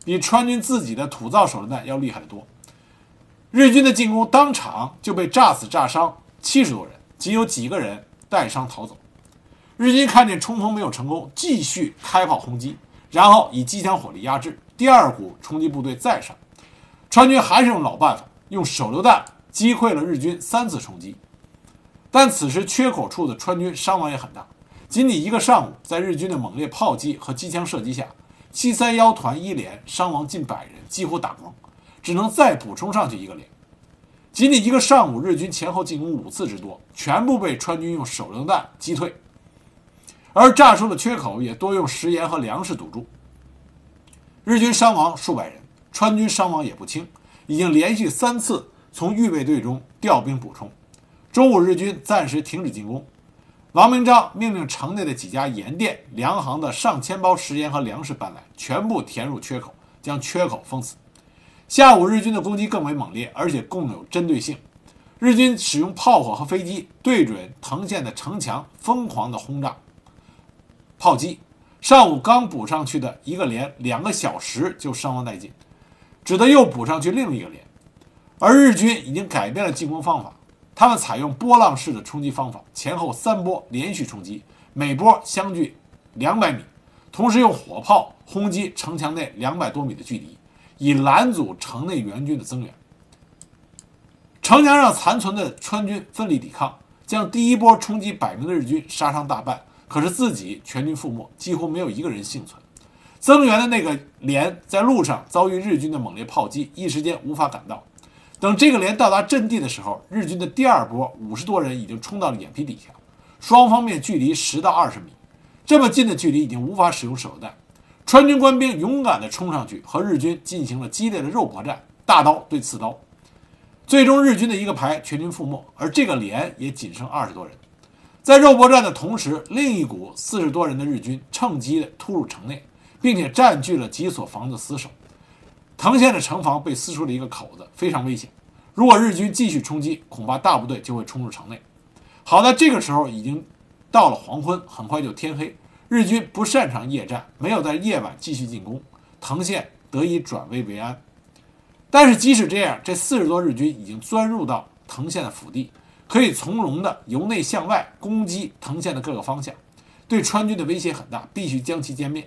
比川军自己的土造手榴弹要厉害得多。日军的进攻当场就被炸死炸伤七十多人，仅有几个人带伤逃走。日军看见冲锋没有成功，继续开炮轰击，然后以机枪火力压制。第二股冲击部队再上，川军还是用老办法，用手榴弹击溃了日军三次冲击。但此时缺口处的川军伤亡也很大，仅仅一个上午，在日军的猛烈炮击和机枪射击下，七三一团一连伤亡近百人，几乎打光，只能再补充上去一个连。仅仅一个上午，日军前后进攻五次之多，全部被川军用手榴弹击退，而炸出的缺口也多用食盐和粮食堵住。日军伤亡数百人，川军伤亡也不轻，已经连续三次从预备队中调兵补充。中午，日军暂时停止进攻。王明章命令城内的几家盐店、粮行的上千包食盐和粮食搬来，全部填入缺口，将缺口封死。下午，日军的攻击更为猛烈，而且更有针对性。日军使用炮火和飞机对准藤县的城墙疯狂的轰炸炮击。上午刚补上去的一个连，两个小时就伤亡殆尽，只得又补上去另一个连。而日军已经改变了进攻方法，他们采用波浪式的冲击方法，前后三波连续冲击，每波相距两百米，同时用火炮轰击城墙内两百多米的距离，以拦阻城内援军的增援。城墙上残存的川军奋力抵抗，将第一波冲击百名的日军杀伤大半，可是自己全军覆没，几乎没有一个人幸存。增援的那个连在路上遭遇日军的猛烈炮击，一时间无法赶到。等这个连到达阵地的时候，日军的第二波五十多人已经冲到了眼皮底下，双方面距离十到二十米，这么近的距离已经无法使用手榴弹。川军官兵勇敢地冲上去，和日军进行了激烈的肉搏战，大刀对刺刀。最终日军的一个排全军覆没，而这个连也仅剩二十多人。在肉搏战的同时，另一股四十多人的日军趁机地突入城内，并且占据了几所房子死守。藤县的城防被撕出了一个口子，非常危险。如果日军继续冲击，恐怕大部队就会冲入城内。好在这个时候已经到了黄昏，很快就天黑。日军不擅长夜战，没有在夜晚继续进攻，藤县得以转危为安。但是即使这样，这四十多日军已经钻入到藤县的腹地，可以从容的由内向外攻击藤县的各个方向，对川军的威胁很大，必须将其歼灭。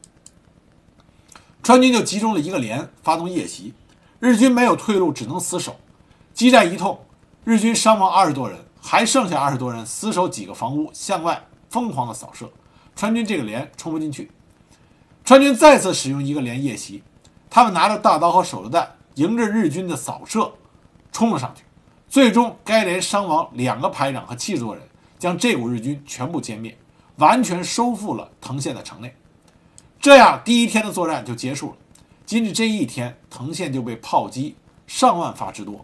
川军就集中了一个连发动夜袭，日军没有退路，只能死守。激战一通，日军伤亡二十多人，还剩下二十多人死守几个房屋，向外疯狂的扫射。川军这个连冲不进去，川军再次使用一个连夜袭，他们拿着大刀和手榴弹，迎着日军的扫射冲了上去。最终该连伤亡两个排长和七十多人，将这股日军全部歼灭，完全收复了藤县的城内。这样第一天的作战就结束了。仅仅这一天，藤县就被炮击上万发之多。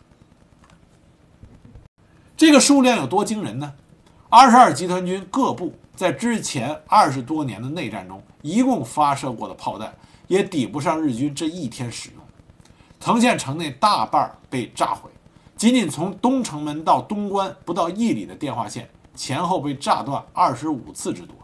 这个数量有多惊人呢？二十二集团军各部在之前二十多年的内战中，一共发射过的炮弹也抵不上日军这一天使用。藤县城内大半被炸毁，仅仅从东城门到东关不到一里的电话线前后被炸断二十五次之多。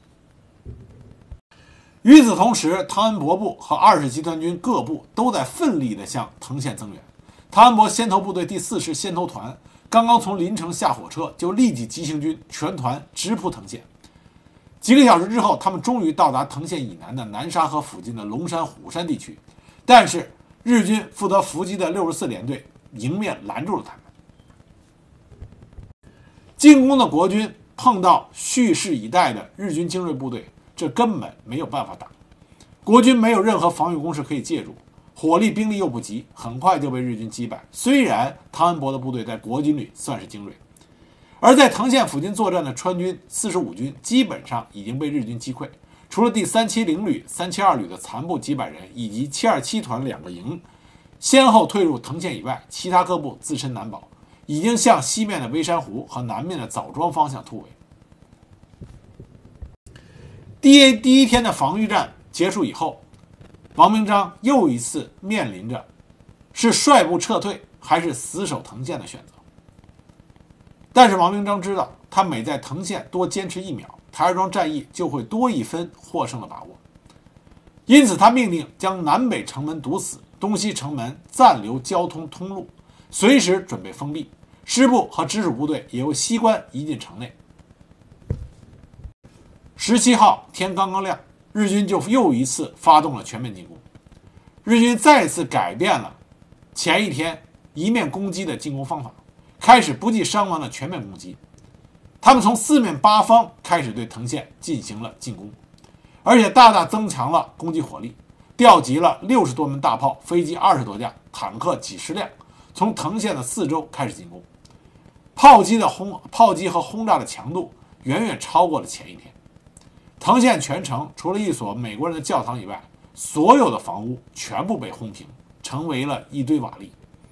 与此同时，汤恩伯部和二十集团军各部都在奋力地向藤县增援。汤恩伯先头部队第四师先头团刚刚从临城下火车，就立即急行军全团直扑藤县。几个小时之后，他们终于到达藤县以南的南沙河附近的龙山、虎山地区，但是日军负责伏击的六十四联队迎面拦住了他们。进攻的国军碰到蓄势以待的日军精锐部队，这根本没有办法打。国军没有任何防御工事可以借助，火力兵力又不及，很快就被日军击败。虽然汤恩伯的部队在国军里算是精锐，而在藤县附近作战的川军四十五军基本上已经被日军击溃，除了第三七零旅、三七二旅的残部几百人以及七二七团两个营先后退入藤县以外，其他各部自身难保，已经向西面的微山湖和南面的枣庄方向突围。第一第一天的防御战结束以后，王明章又一次面临着是率部撤退还是死守藤县的选择。但是王明章知道，他每在藤县多坚持一秒，台儿庄战役就会多一分获胜的把握。 因此他命令将南北城门堵死，东西城门暂留交通通路，随时准备封闭。师部和直属部队也由西关移进城内。十七号天刚刚亮，日军就又一次发动了全面进攻。日军再次改变了前一天一面攻击的进攻方法，开始不计伤亡的全面攻击。他们从四面八方开始对藤县进行了进攻，而且大大增强了攻击火力，调集了六十多门大炮、飞机二十多架、坦克几十辆，从藤县的四周开始进攻。炮击的轰炮击和轰炸的强度远远超过了前一天。藤县全城除了一所美国人的教堂以外，所有的房屋全部被轰平，成为了一堆瓦砾。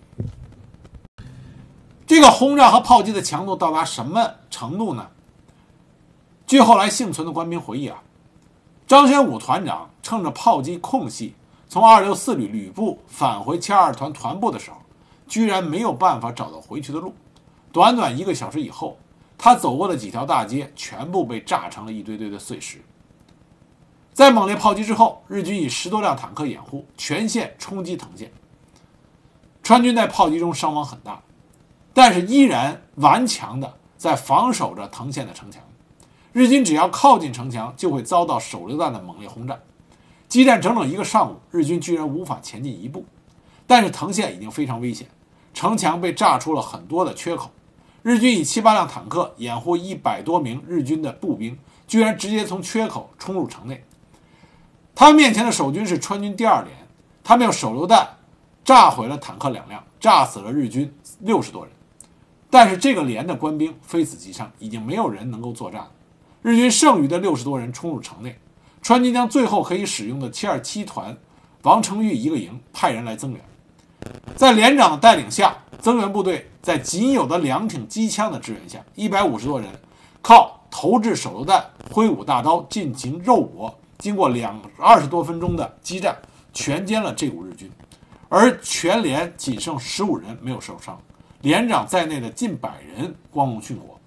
这个轰炸和炮击的强度到达什么程度呢？据后来幸存的官兵回忆啊，张学武团长趁着炮击空隙，从二六四旅旅部返回七二二团团部的时候，居然没有办法找到回去的路。短短一个小时以后，他走过的几条大街全部被炸成了一堆堆的碎石。在猛烈炮击之后，日军以十多辆坦克掩护，全线冲击藤县。川军在炮击中伤亡很大，但是依然顽强地在防守着藤县的城墙。日军只要靠近城墙，就会遭到手榴弹的猛烈轰炸。激战整整一个上午，日军居然无法前进一步。但是藤县已经非常危险，城墙被炸出了很多的缺口。日军以七八辆坦克掩护一百多名日军的步兵，居然直接从缺口冲入城内。他们面前的守军是川军第二连，他们用手榴弹炸毁了坦克两辆，炸死了日军六十多人。但是这个连的官兵非死即伤，已经没有人能够作战了。日军剩余的六十多人冲入城内，川军将最后可以使用的七二七团王承玉一个营派人来增援。在连长的带领下，增援部队在仅有的两挺机枪的支援下，一百五十多人靠投掷手榴弹、挥舞大刀进行肉搏，经过两二十多分钟的激战，全歼了这股日军。而全连仅剩十五人没有受伤，连长在内的近百人光荣殉国。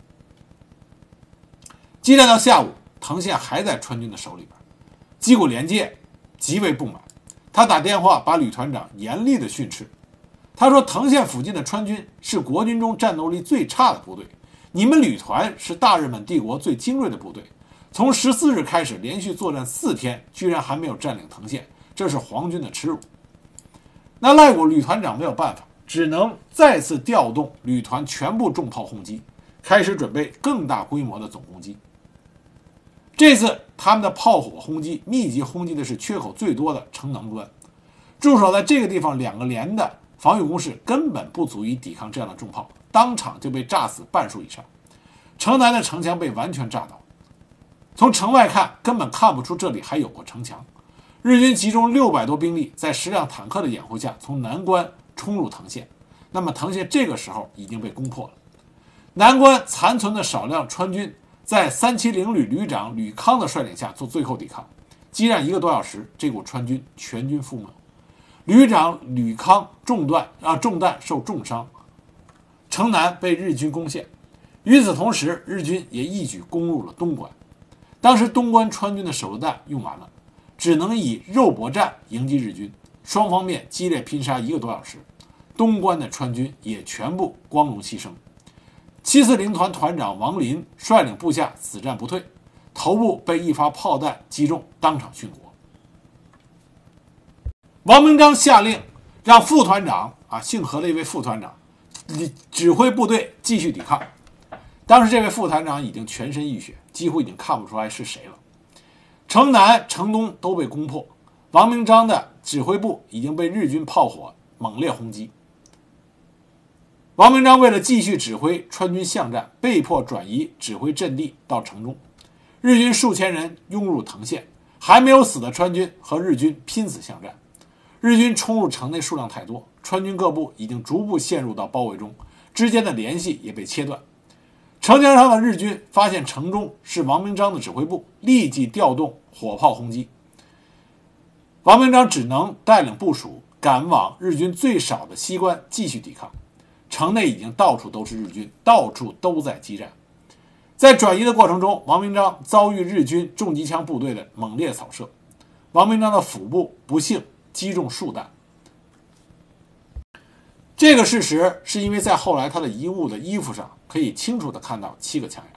激战到下午，藤县还在川军的手里边，矶谷廉介极为不满，他打电话把吕团长严厉的训斥。他说，藤县附近的川军是国军中战斗力最差的部队，你们旅团是大日本帝国最精锐的部队，从十四日开始连续作战四天，居然还没有占领藤县，这是皇军的耻辱。那赖谷旅团长没有办法，只能再次调动旅团全部重炮轰击，开始准备更大规模的总攻击。这次他们的炮火轰击密集轰击的是缺口最多的城南关，驻守在这个地方两个连的防御工事根本不足以抵抗这样的重炮，当场就被炸死半数以上。城南的城墙被完全炸倒，从城外看根本看不出这里还有过城墙。日军集中六百多兵力，在十辆坦克的掩护下，从南关冲入藤县。那么藤县这个时候已经被攻破了。南关残存的少量川军在三七零旅旅长吕康的率领下做最后抵抗，激战一个多小时，这股川军全军覆没。旅长吕康中弹啊中弹受重伤，城南被日军攻陷。与此同时，日军也一举攻入了东关。当时东关川军的手榴弹用完了，只能以肉搏战迎击日军，双方面激烈拼杀一个多小时，东关的川军也全部光荣牺牲。七四零团团长王林率领部下死战不退，头部被一发炮弹击中，当场殉国。王明章下令让副团长啊，姓何的一位副团长指挥部队继续抵抗。当时这位副团长已经全身浴血，几乎已经看不出来是谁了。城南、城东都被攻破，王明章的指挥部已经被日军炮火猛烈轰击。王明章为了继续指挥川军巷战，被迫转移指挥阵地到城中。日军数千人涌入藤县，还没有死的川军和日军拼死巷战。日军冲入城内数量太多，川军各部已经逐步陷入到包围中，之间的联系也被切断。城墙上的日军发现城中是王明章的指挥部，立即调动火炮轰击。王明章只能带领部属赶往日军最少的西关继续抵抗。城内已经到处都是日军，到处都在激战。在转移的过程中，王明章遭遇日军重机枪部队的猛烈扫射。 王明章的腹部不幸击中数弹。这个事实是因为在后来他的遗物的衣服上可以清楚地看到七个枪眼。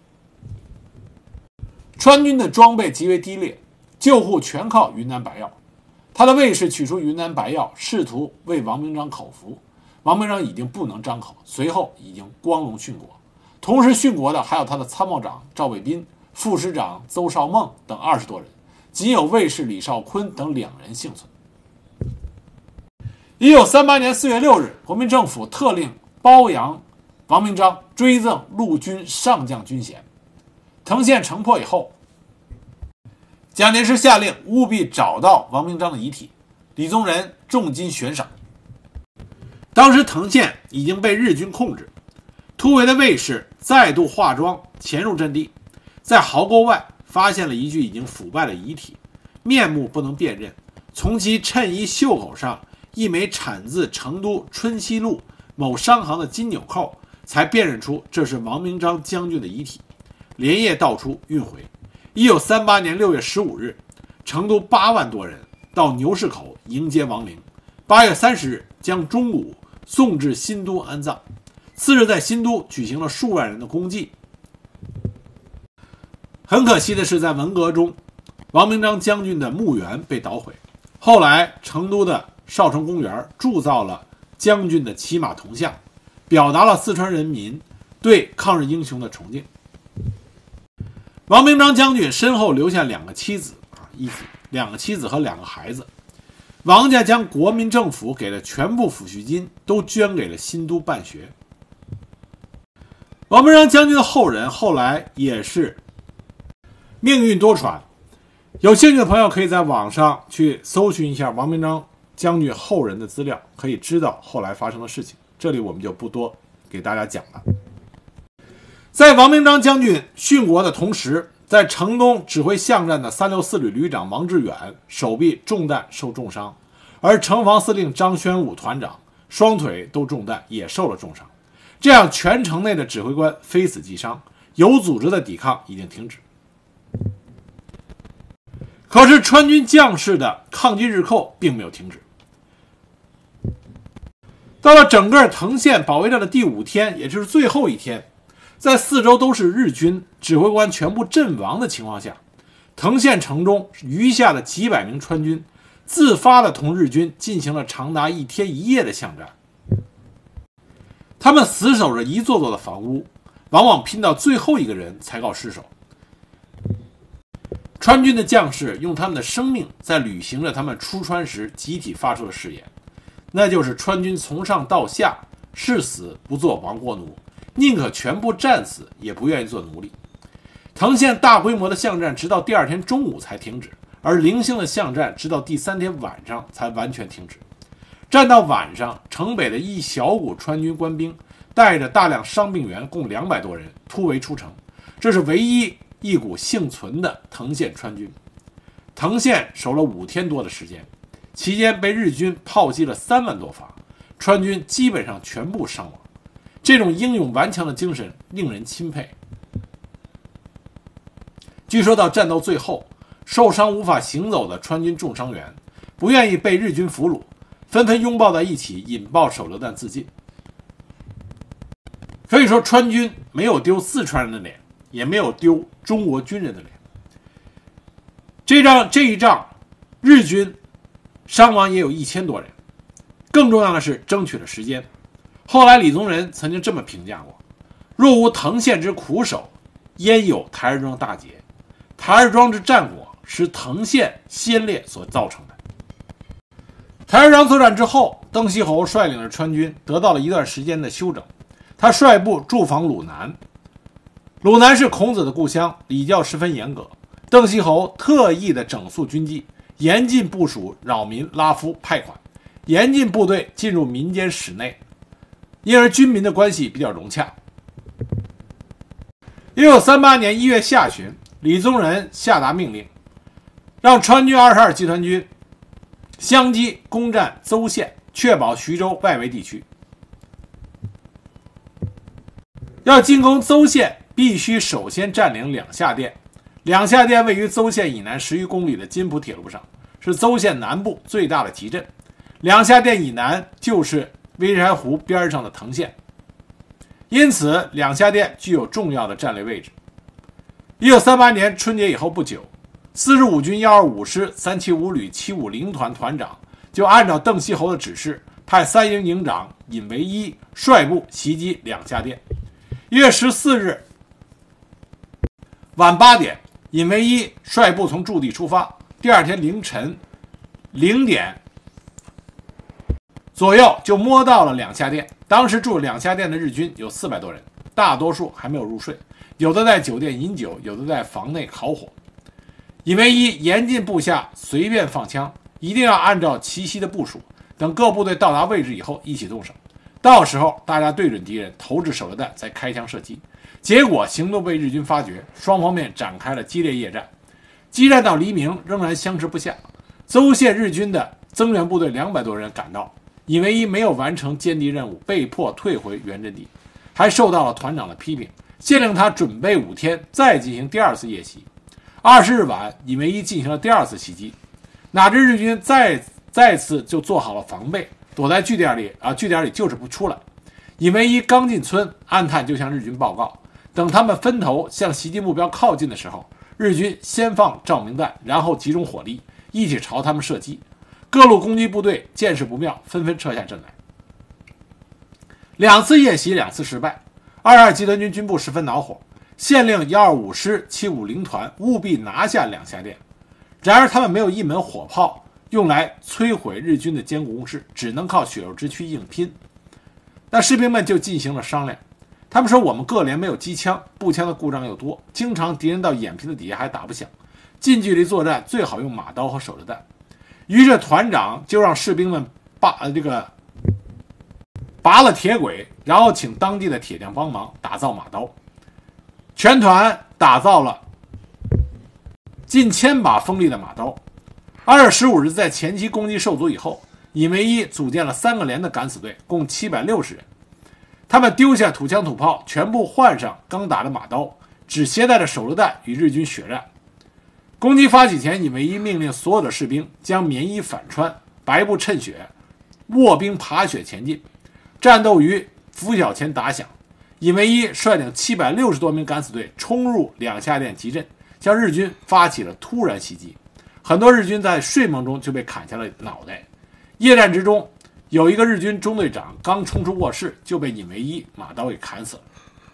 川军的装备极为低劣，救护全靠云南白药。他的卫士取出云南白药，试图为王明章口服，王明章已经不能张口，随后已经光荣殉国。同时殉国的还有他的参谋长赵卫斌、副师长邹绍孟等二十多人，仅有卫士李少坤等两人幸存。一九三八年四月六日，国民政府特令褒扬王明章，追赠陆军上将军衔。藤县城破以后，蒋介石下令务必找到王明章的遗体，李宗仁重金悬赏。当时藤县已经被日军控制，突围的卫士再度化妆潜入阵地，在壕沟外发现了一具已经腐败的遗体，面目不能辨认，从其衬衣袖口上一枚产自成都春熙路某商行的金纽扣，才辨认出这是王明章将军的遗体，连夜倒出运回。一九三八年六月十五日，成都八万多人到牛市口迎接亡灵。八月三十日，将中午送至新都安葬。次日在新都举行了数万人的公祭。很可惜的是，在文革中，王明章将军的墓园被捣毁。后来，成都的少城公园铸造了将军的骑马铜像，表达了四川人民对抗日英雄的崇敬。王明章将军身后留下两个妻子啊，一两个妻子和两个孩子。王家将国民政府给的全部抚恤金都捐给了新都办学。王明章将军的后人后来也是命运多舛，有兴趣的朋友可以在网上去搜寻一下王明章将军后人的资料，可以知道后来发生的事情。这里我们就不多给大家讲了。在王明章将军殉国的同时，在城东指挥巷战的三六四旅旅长王致远手臂中弹受重伤，而城防司令张宣武团长双腿都中弹，也受了重伤。这样全城内的指挥官非死即伤，有组织的抵抗已经停止。可是川军将士的抗击日寇并没有停止。到了整个藤县保卫战的第五天，也就是最后一天，在四周都是日军指挥官全部阵亡的情况下，藤县城中余下的几百名川军自发地同日军进行了长达一天一夜的巷战。他们死守着一座座的房屋，往往拼到最后一个人才告失守。川军的将士用他们的生命在履行着他们出川时集体发出的誓言，那就是川军从上到下誓死不做亡国奴，宁可全部战死也不愿意做奴隶。藤县大规模的巷战直到第二天中午才停止，而零星的巷战直到第三天晚上才完全停止。战到晚上，城北的一小股川军官兵带着大量伤病员共两百多人突围出城，这是唯一一股幸存的藤县川军。藤县守了五天多的时间，期间被日军炮击了三万多发，川军基本上全部伤亡。这种英勇顽强的精神令人钦佩。据说到战斗最后，受伤无法行走的川军重伤员不愿意被日军俘虏，纷纷拥抱在一起，引爆手榴弹自尽。可以说川军没有丢四川人的脸，也没有丢中国军人的脸。这仗这一仗日军伤亡也有一千多人。更重要的是争取了时间。后来李宗仁曾经这么评价过：若无藤县之苦守，焉有台儿庄大捷？台儿庄之战果是藤县先烈所造成的。台儿庄作战之后，邓锡侯率领着川军得到了一段时间的休整，他率部驻防鲁南。鲁南是孔子的故乡，礼教十分严格。邓锡侯特意的整肃军纪，严禁部署扰民拉夫派款，严禁部队进入民间室内，因而军民的关系比较融洽。一九三八年一月下旬，李宗仁下达命令，让川军二十二集团军相继攻占邹县，确保徐州外围地区。要进攻邹县，必须首先占领两下店。 两下店位于邹县以南十余公里的津浦铁路上，是邹县南部最大的集镇。两下店以南就是微山湖边上的藤县，因此两下店具有重要的战略位置。一九三八年春节以后不久，四十五军一二五师三七五旅七五零团团长就按照邓锡侯的指示，派三营营长尹惟一率部袭击两下店。一月十四日晚八点，尹惟一率部从驻地出发，第二天凌晨零点左右就摸到了两下店。当时住两下店的日军有四百多人，大多数还没有入睡，有的在酒店饮酒，有的在房内烤火。尹惟一严禁部下随便放枪，一定要按照奇袭的部署，等各部队到达位置以后一起动手，到时候大家对准敌人，投掷手榴弹，再开枪射击。结果行动被日军发觉，双方面展开了激烈夜战，激战到黎明仍然相持不下。邹县日军的增援部队两百多人赶到，尹惟一没有完成歼敌任务，被迫退回原阵地，还受到了团长的批评，限令他准备五天再进行第二次夜袭。二十日晚，尹惟一进行了第二次袭击，哪知日军再再次就做好了防备，躲在据点里啊，据点里就是不出来。尹惟一刚进村，暗探就向日军报告，等他们分头向袭击目标靠近的时候，日军先放照明弹，然后集中火力，一起朝他们射击。各路攻击部队见势不妙，纷纷撤下阵来。两次夜袭，两次失败，二十二集团军军部十分恼火，县令一二五师七五零团务必拿下两下店。然而他们没有一门火炮用来摧毁日军的坚固工事，只能靠血肉之躯硬拼。那士兵们就进行了商量，他们说我们各连没有机枪，步枪的故障又多，经常敌人到眼皮子底下还打不响，近距离作战最好用马刀和手榴弹。于是团长就让士兵们拔这个拔了铁轨，然后请当地的铁匠帮忙打造马刀。全团打造了近千把锋利的马刀。二月十五日，在前期攻击受阻以后，尹惟一组建了三个连的敢死队，共七百六十人。他们丢下土枪土炮，全部换上刚打的马刀，只携带着手榴弹与日军血战。攻击发起前，尹惟一命令所有的士兵将棉衣反穿，白布衬雪，卧冰爬雪前进。战斗于拂晓前打响，尹惟一率领七百六十多名敢死队冲入两下店集镇，向日军发起了突然袭击。很多日军在睡梦中就被砍下了脑袋。夜战之中，有一个日军中队长刚冲出卧室，就被尹惟一马刀给砍死了。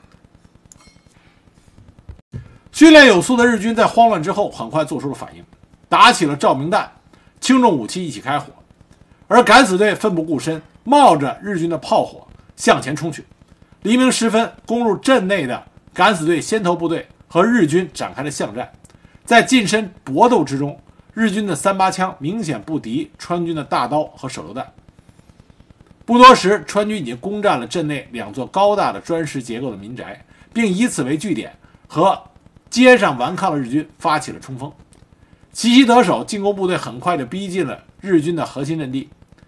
训练有素的日军在慌乱之后很快做出了反应，打起了照明弹、轻重武器一起开火，而敢死队奋不顾身，冒着日军的炮火向前冲去。黎明时分，攻入镇内的敢死队先头部队和日军展开了巷战。在近身搏斗之中，日军的三八枪明显不敌川军的大刀和手榴弹。不多时，川军已经攻占了镇内两座高大的砖石结构的民宅，并以此为据点和街上顽抗的日军发起了冲锋。奇袭得手，进攻部队很快就逼近了日军的核心阵地。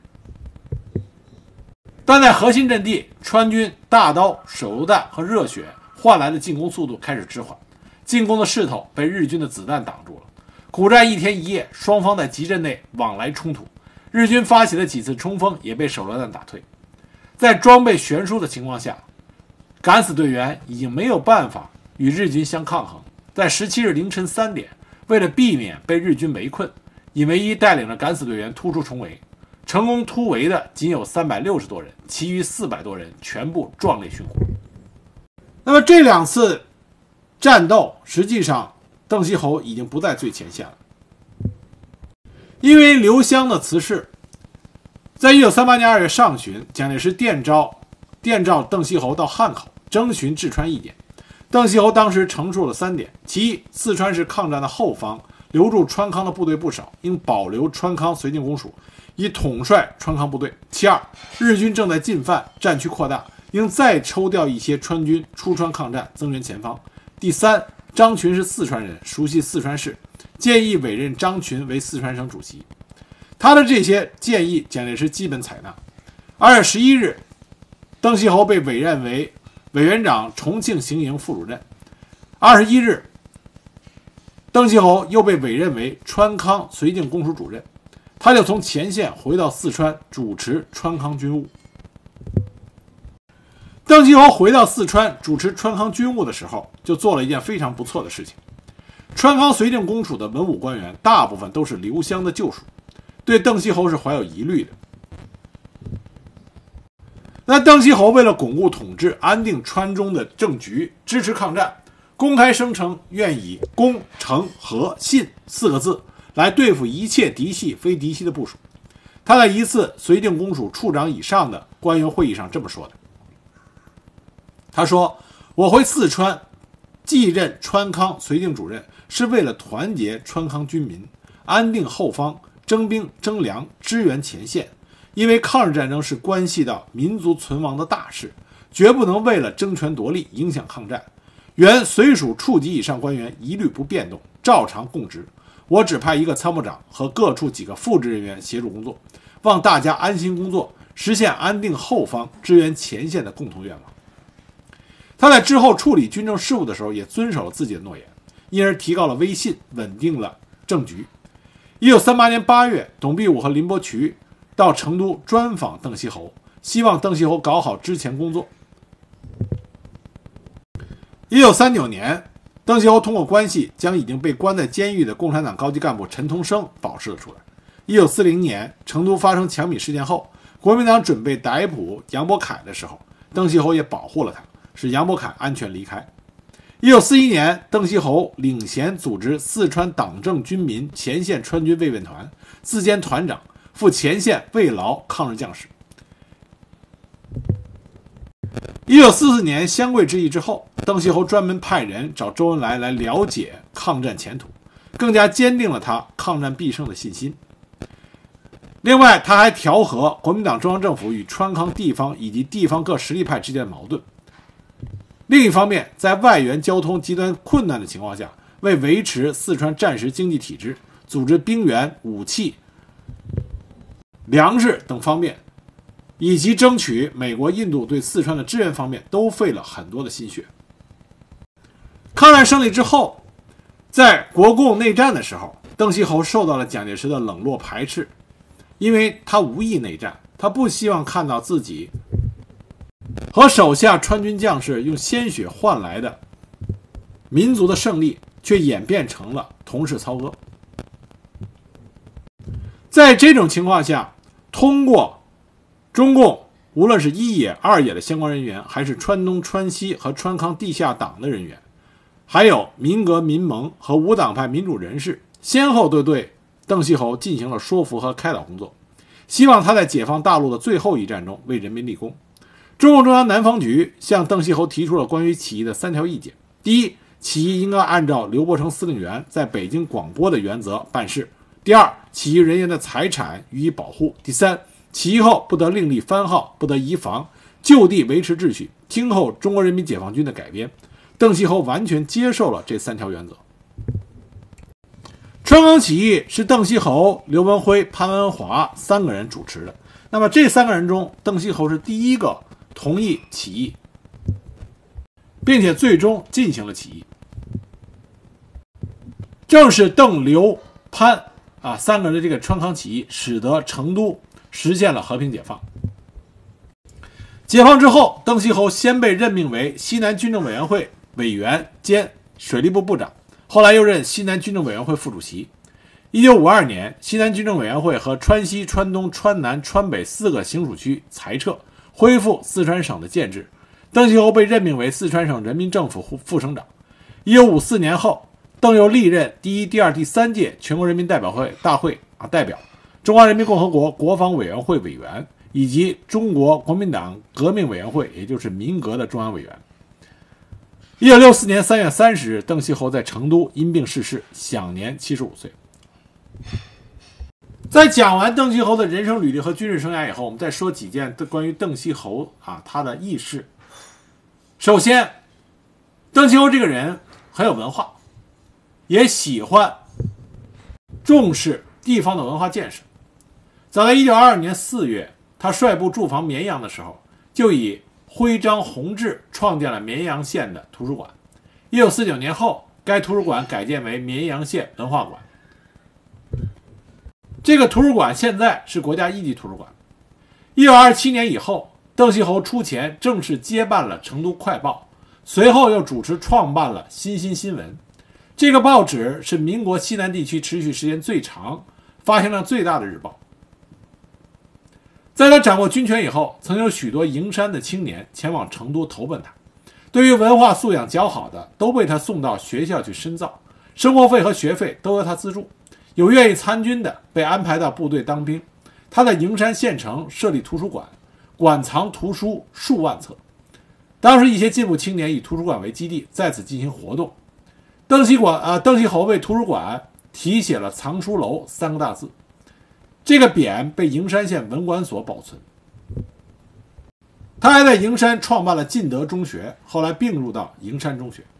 但在核心阵地，川军大刀、手榴弹和热血换来的进攻速度开始迟缓，进攻的势头被日军的子弹挡住了。苦战一天一夜，双方在集镇内往来冲突，日军发起的几次冲锋也被手榴弹打退。在装备悬殊的情况下，敢死队员已经没有办法与日军相抗衡。在十七日凌晨三点，为了避免被日军围困，尹惟一带领着敢死队员突出重围，成功突围的仅有三百六十多人，其余四百多人全部壮烈殉国。那么这两次战斗，实际上邓锡侯已经不在最前线了，因为刘湘的辞世，在一九三八年二月上旬，蒋介石电召电召邓锡侯到汉口征询治川意见。邓锡侯当时陈述了三点：其一，四川是抗战的后方，留住川康的部队不少，应保留川康绥靖公署，以统帅川康部队；其二，日军正在进犯，战区扩大，应再抽调一些川军出川抗战，增援前方；第三，张群是四川人，熟悉四川事，建议委任张群为四川省主席。他的这些建议，蒋介石基本采纳。二月十一日，邓锡侯被委任为委员长重庆行营副主任。二十一日， 邓锡侯又被委任为川康绥靖公署主任，他就从前线回到四川主持川康军务。邓锡侯回到四川主持川康军务的时候，就做了一件非常不错的事情。川康绥靖公署的文武官员大部分都是刘湘的旧属，对邓锡侯是怀有疑虑的。那邓锡侯为了巩固统治，安定川中的政局，支持抗战，公开声称愿以攻、城、和、信四个字来对付一切嫡系非嫡系的部属。他在一次绥靖公署处长以上的官员会议上这么说的，他说：我回四川继任川康绥靖主任，是为了团结川康军民，安定后方，征兵征粮，支援前线。因为抗日战争是关系到民族存亡的大事，绝不能为了争权夺利影响抗战。原绥署处级以上官员一律不变动，照常供职。我只派一个参谋长和各处几个副职人员协助工作，望大家安心工作，实现安定后方、支援前线的共同愿望。他在之后处理军政事务的时候也遵守了自己的诺言，因而提高了威信，稳定了政局。一九三八年八月，董必武和林伯渠到成都专访邓锡侯，希望邓锡侯搞好之前工作。一九三九年，邓锡侯通过关系将已经被关在监狱的共产党高级干部陈同生保释了出来。一九四零年，成都发生抢米事件后，国民党准备逮捕杨伯凯的时候，邓锡侯也保护了他，使杨伯凯安全离开。一九四一年，邓锡侯领衔组织四川党政军民前线川军慰问团，自兼团长，赴前线慰劳抗日将士。一九四四年湘桂之役之后，邓锡侯专门派人找周恩来来了解抗战前途，更加坚定了他抗战必胜的信心。另外，他还调和国民党中央政府与川康地方以及地方各实力派之间的矛盾。另一方面，在外援交通极端困难的情况下，为维持四川战时经济体制，组织兵员、武器、粮食等方面，以及争取美国、印度对四川的支援方面，都费了很多的心血。抗战胜利之后，在国共内战的时候，邓锡侯受到了蒋介石的冷落排斥，因为他无意内战，他不希望看到自己和手下川军将士用鲜血换来的民族的胜利，却演变成了同室操戈。在这种情况下，通过中共无论是一野、二野的相关人员，还是川东、川西和川康地下党的人员，还有民革、民盟和无党派民主人士，先后都对邓锡侯进行了说服和开导工作，希望他在解放大陆的最后一战中为人民立功。中共中央南方局向邓锡侯提出了关于起义的三条意见：第一，起义应该按照刘伯承司令员在北京广播的原则办事；第二，起义人员的财产予以保护；第三，起义后不得另立番号，不得移防，就地维持秩序，听候中国人民解放军的改编。邓锡侯完全接受了这三条原则。川康起义是邓锡侯、刘文辉、潘文华三个人主持的。那么这三个人中，邓锡侯是第一个同意起义，并且最终进行了起义。正是邓、刘、潘啊三个人的这个川康起义，使得成都实现了和平解放。解放之后，邓锡侯先被任命为西南军政委员会委员兼水利部部长，后来又任西南军政委员会副主席。一九五二年，西南军政委员会和川西、川东、川南、川北四个行署区裁撤，恢复四川省的建制。邓锡侯被任命为四川省人民政府副省长。一九五四年后，邓又历任第一、第二、第三届全国人民代表会大会啊代表、中华人民共和国国防委员会委员以及中国国民党革命委员会，也就是民革的中央委员。一九六四年三月三十日，邓锡侯在成都因病逝世，享年七十五岁。在讲完邓锡侯的人生履历和军事生涯以后，我们再说几件关于邓锡侯啊他的轶事。首先，邓锡侯这个人很有文化，也喜欢重视地方的文化建设。早在一九二二年四月，他率部驻防绵阳的时候，就以徽章弘治创建了绵阳县的图书馆。一九四九年后， 该图书馆改建为绵阳县文化馆。这个图书馆现在是国家一级图书馆。一九二七年以后，邓锡侯出钱正式接办了成都快报，随后又主持创办了新新新闻。这个报纸是民国西南地区持续时间最长、发行量最大的日报。在他掌握军权以后，曾有许多营山的青年前往成都投奔他，对于文化素养较好的都被他送到学校去深造，生活费和学费都由他资助。有愿意参军的被安排到部队当兵。他在营山县城设立图书馆，馆藏图书数万册。当时一些进步青年以图书馆为基地，在此进行活动。邓锡馆啊，邓锡侯为图书馆题写了藏书楼三个大字，这个匾被营山县文管所保存。他还在营山创办了晋德中学，后来并入到营山中学。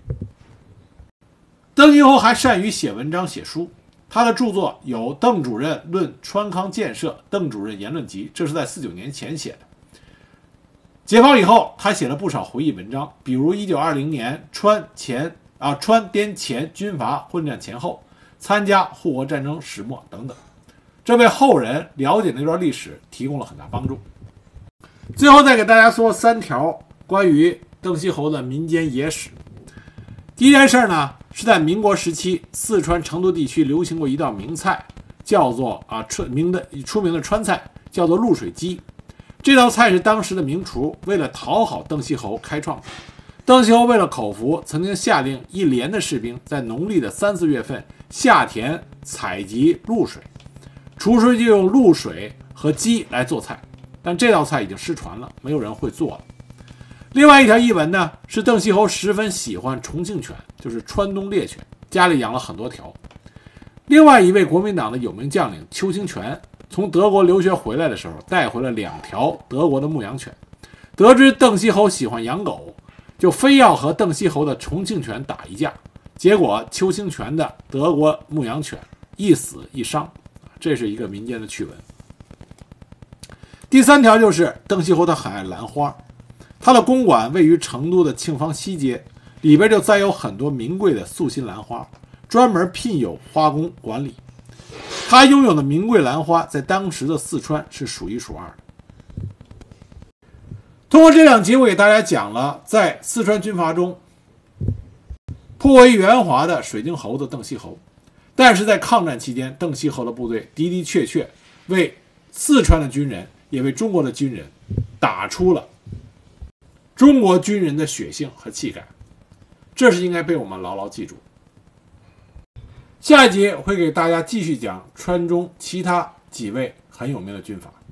邓锡侯还善于写文章写书，他的著作有《邓主任论川康建设》《邓主任言论集》，这是在四九年前写的。解放以后，他写了不少回忆文章，比如一九二零年川前啊川滇黔军阀混战前后，参加护国战争始末等等，这为后人了解那段历史提供了很大帮助。最后再给大家说三条关于邓锡侯的民间野史。第一件事呢，是在民国时期，四川成都地区流行过一道名菜，叫做啊出名的出名的川菜，叫做露水鸡。这道菜是当时的名厨为了讨好邓锡侯开创的。邓锡侯为了口福，曾经下令一连的士兵在农历的三四月份下田采集露水，厨师就用露水和鸡来做菜，但这道菜已经失传了，没有人会做了。另外一条译文呢，是邓锡侯十分喜欢重庆犬，就是川东猎犬，家里养了很多条。另外一位国民党的有名将领邱清泉从德国留学回来的时候，带回了两条德国的牧羊犬。得知邓锡侯喜欢养狗，就非要和邓锡侯的重庆犬打一架，结果邱清泉的德国牧羊犬一死一伤，这是一个民间的趣闻。第三条就是邓锡侯他很爱兰花，他的公馆位于成都的庆芳西街，里边就栽有很多名贵的素心兰花，专门聘有花工管理。他拥有的名贵兰花在当时的四川是数一数二的。通过这两集，我给大家讲了在四川军阀中颇为圆滑的水晶猴子邓锡侯，但是在抗战期间，邓锡侯的部队的的确确为四川的军人，也为中国的军人打出了中国军人的血性和气概，这是应该被我们牢牢记住。下一集会给大家继续讲川中其他几位很有名的军阀。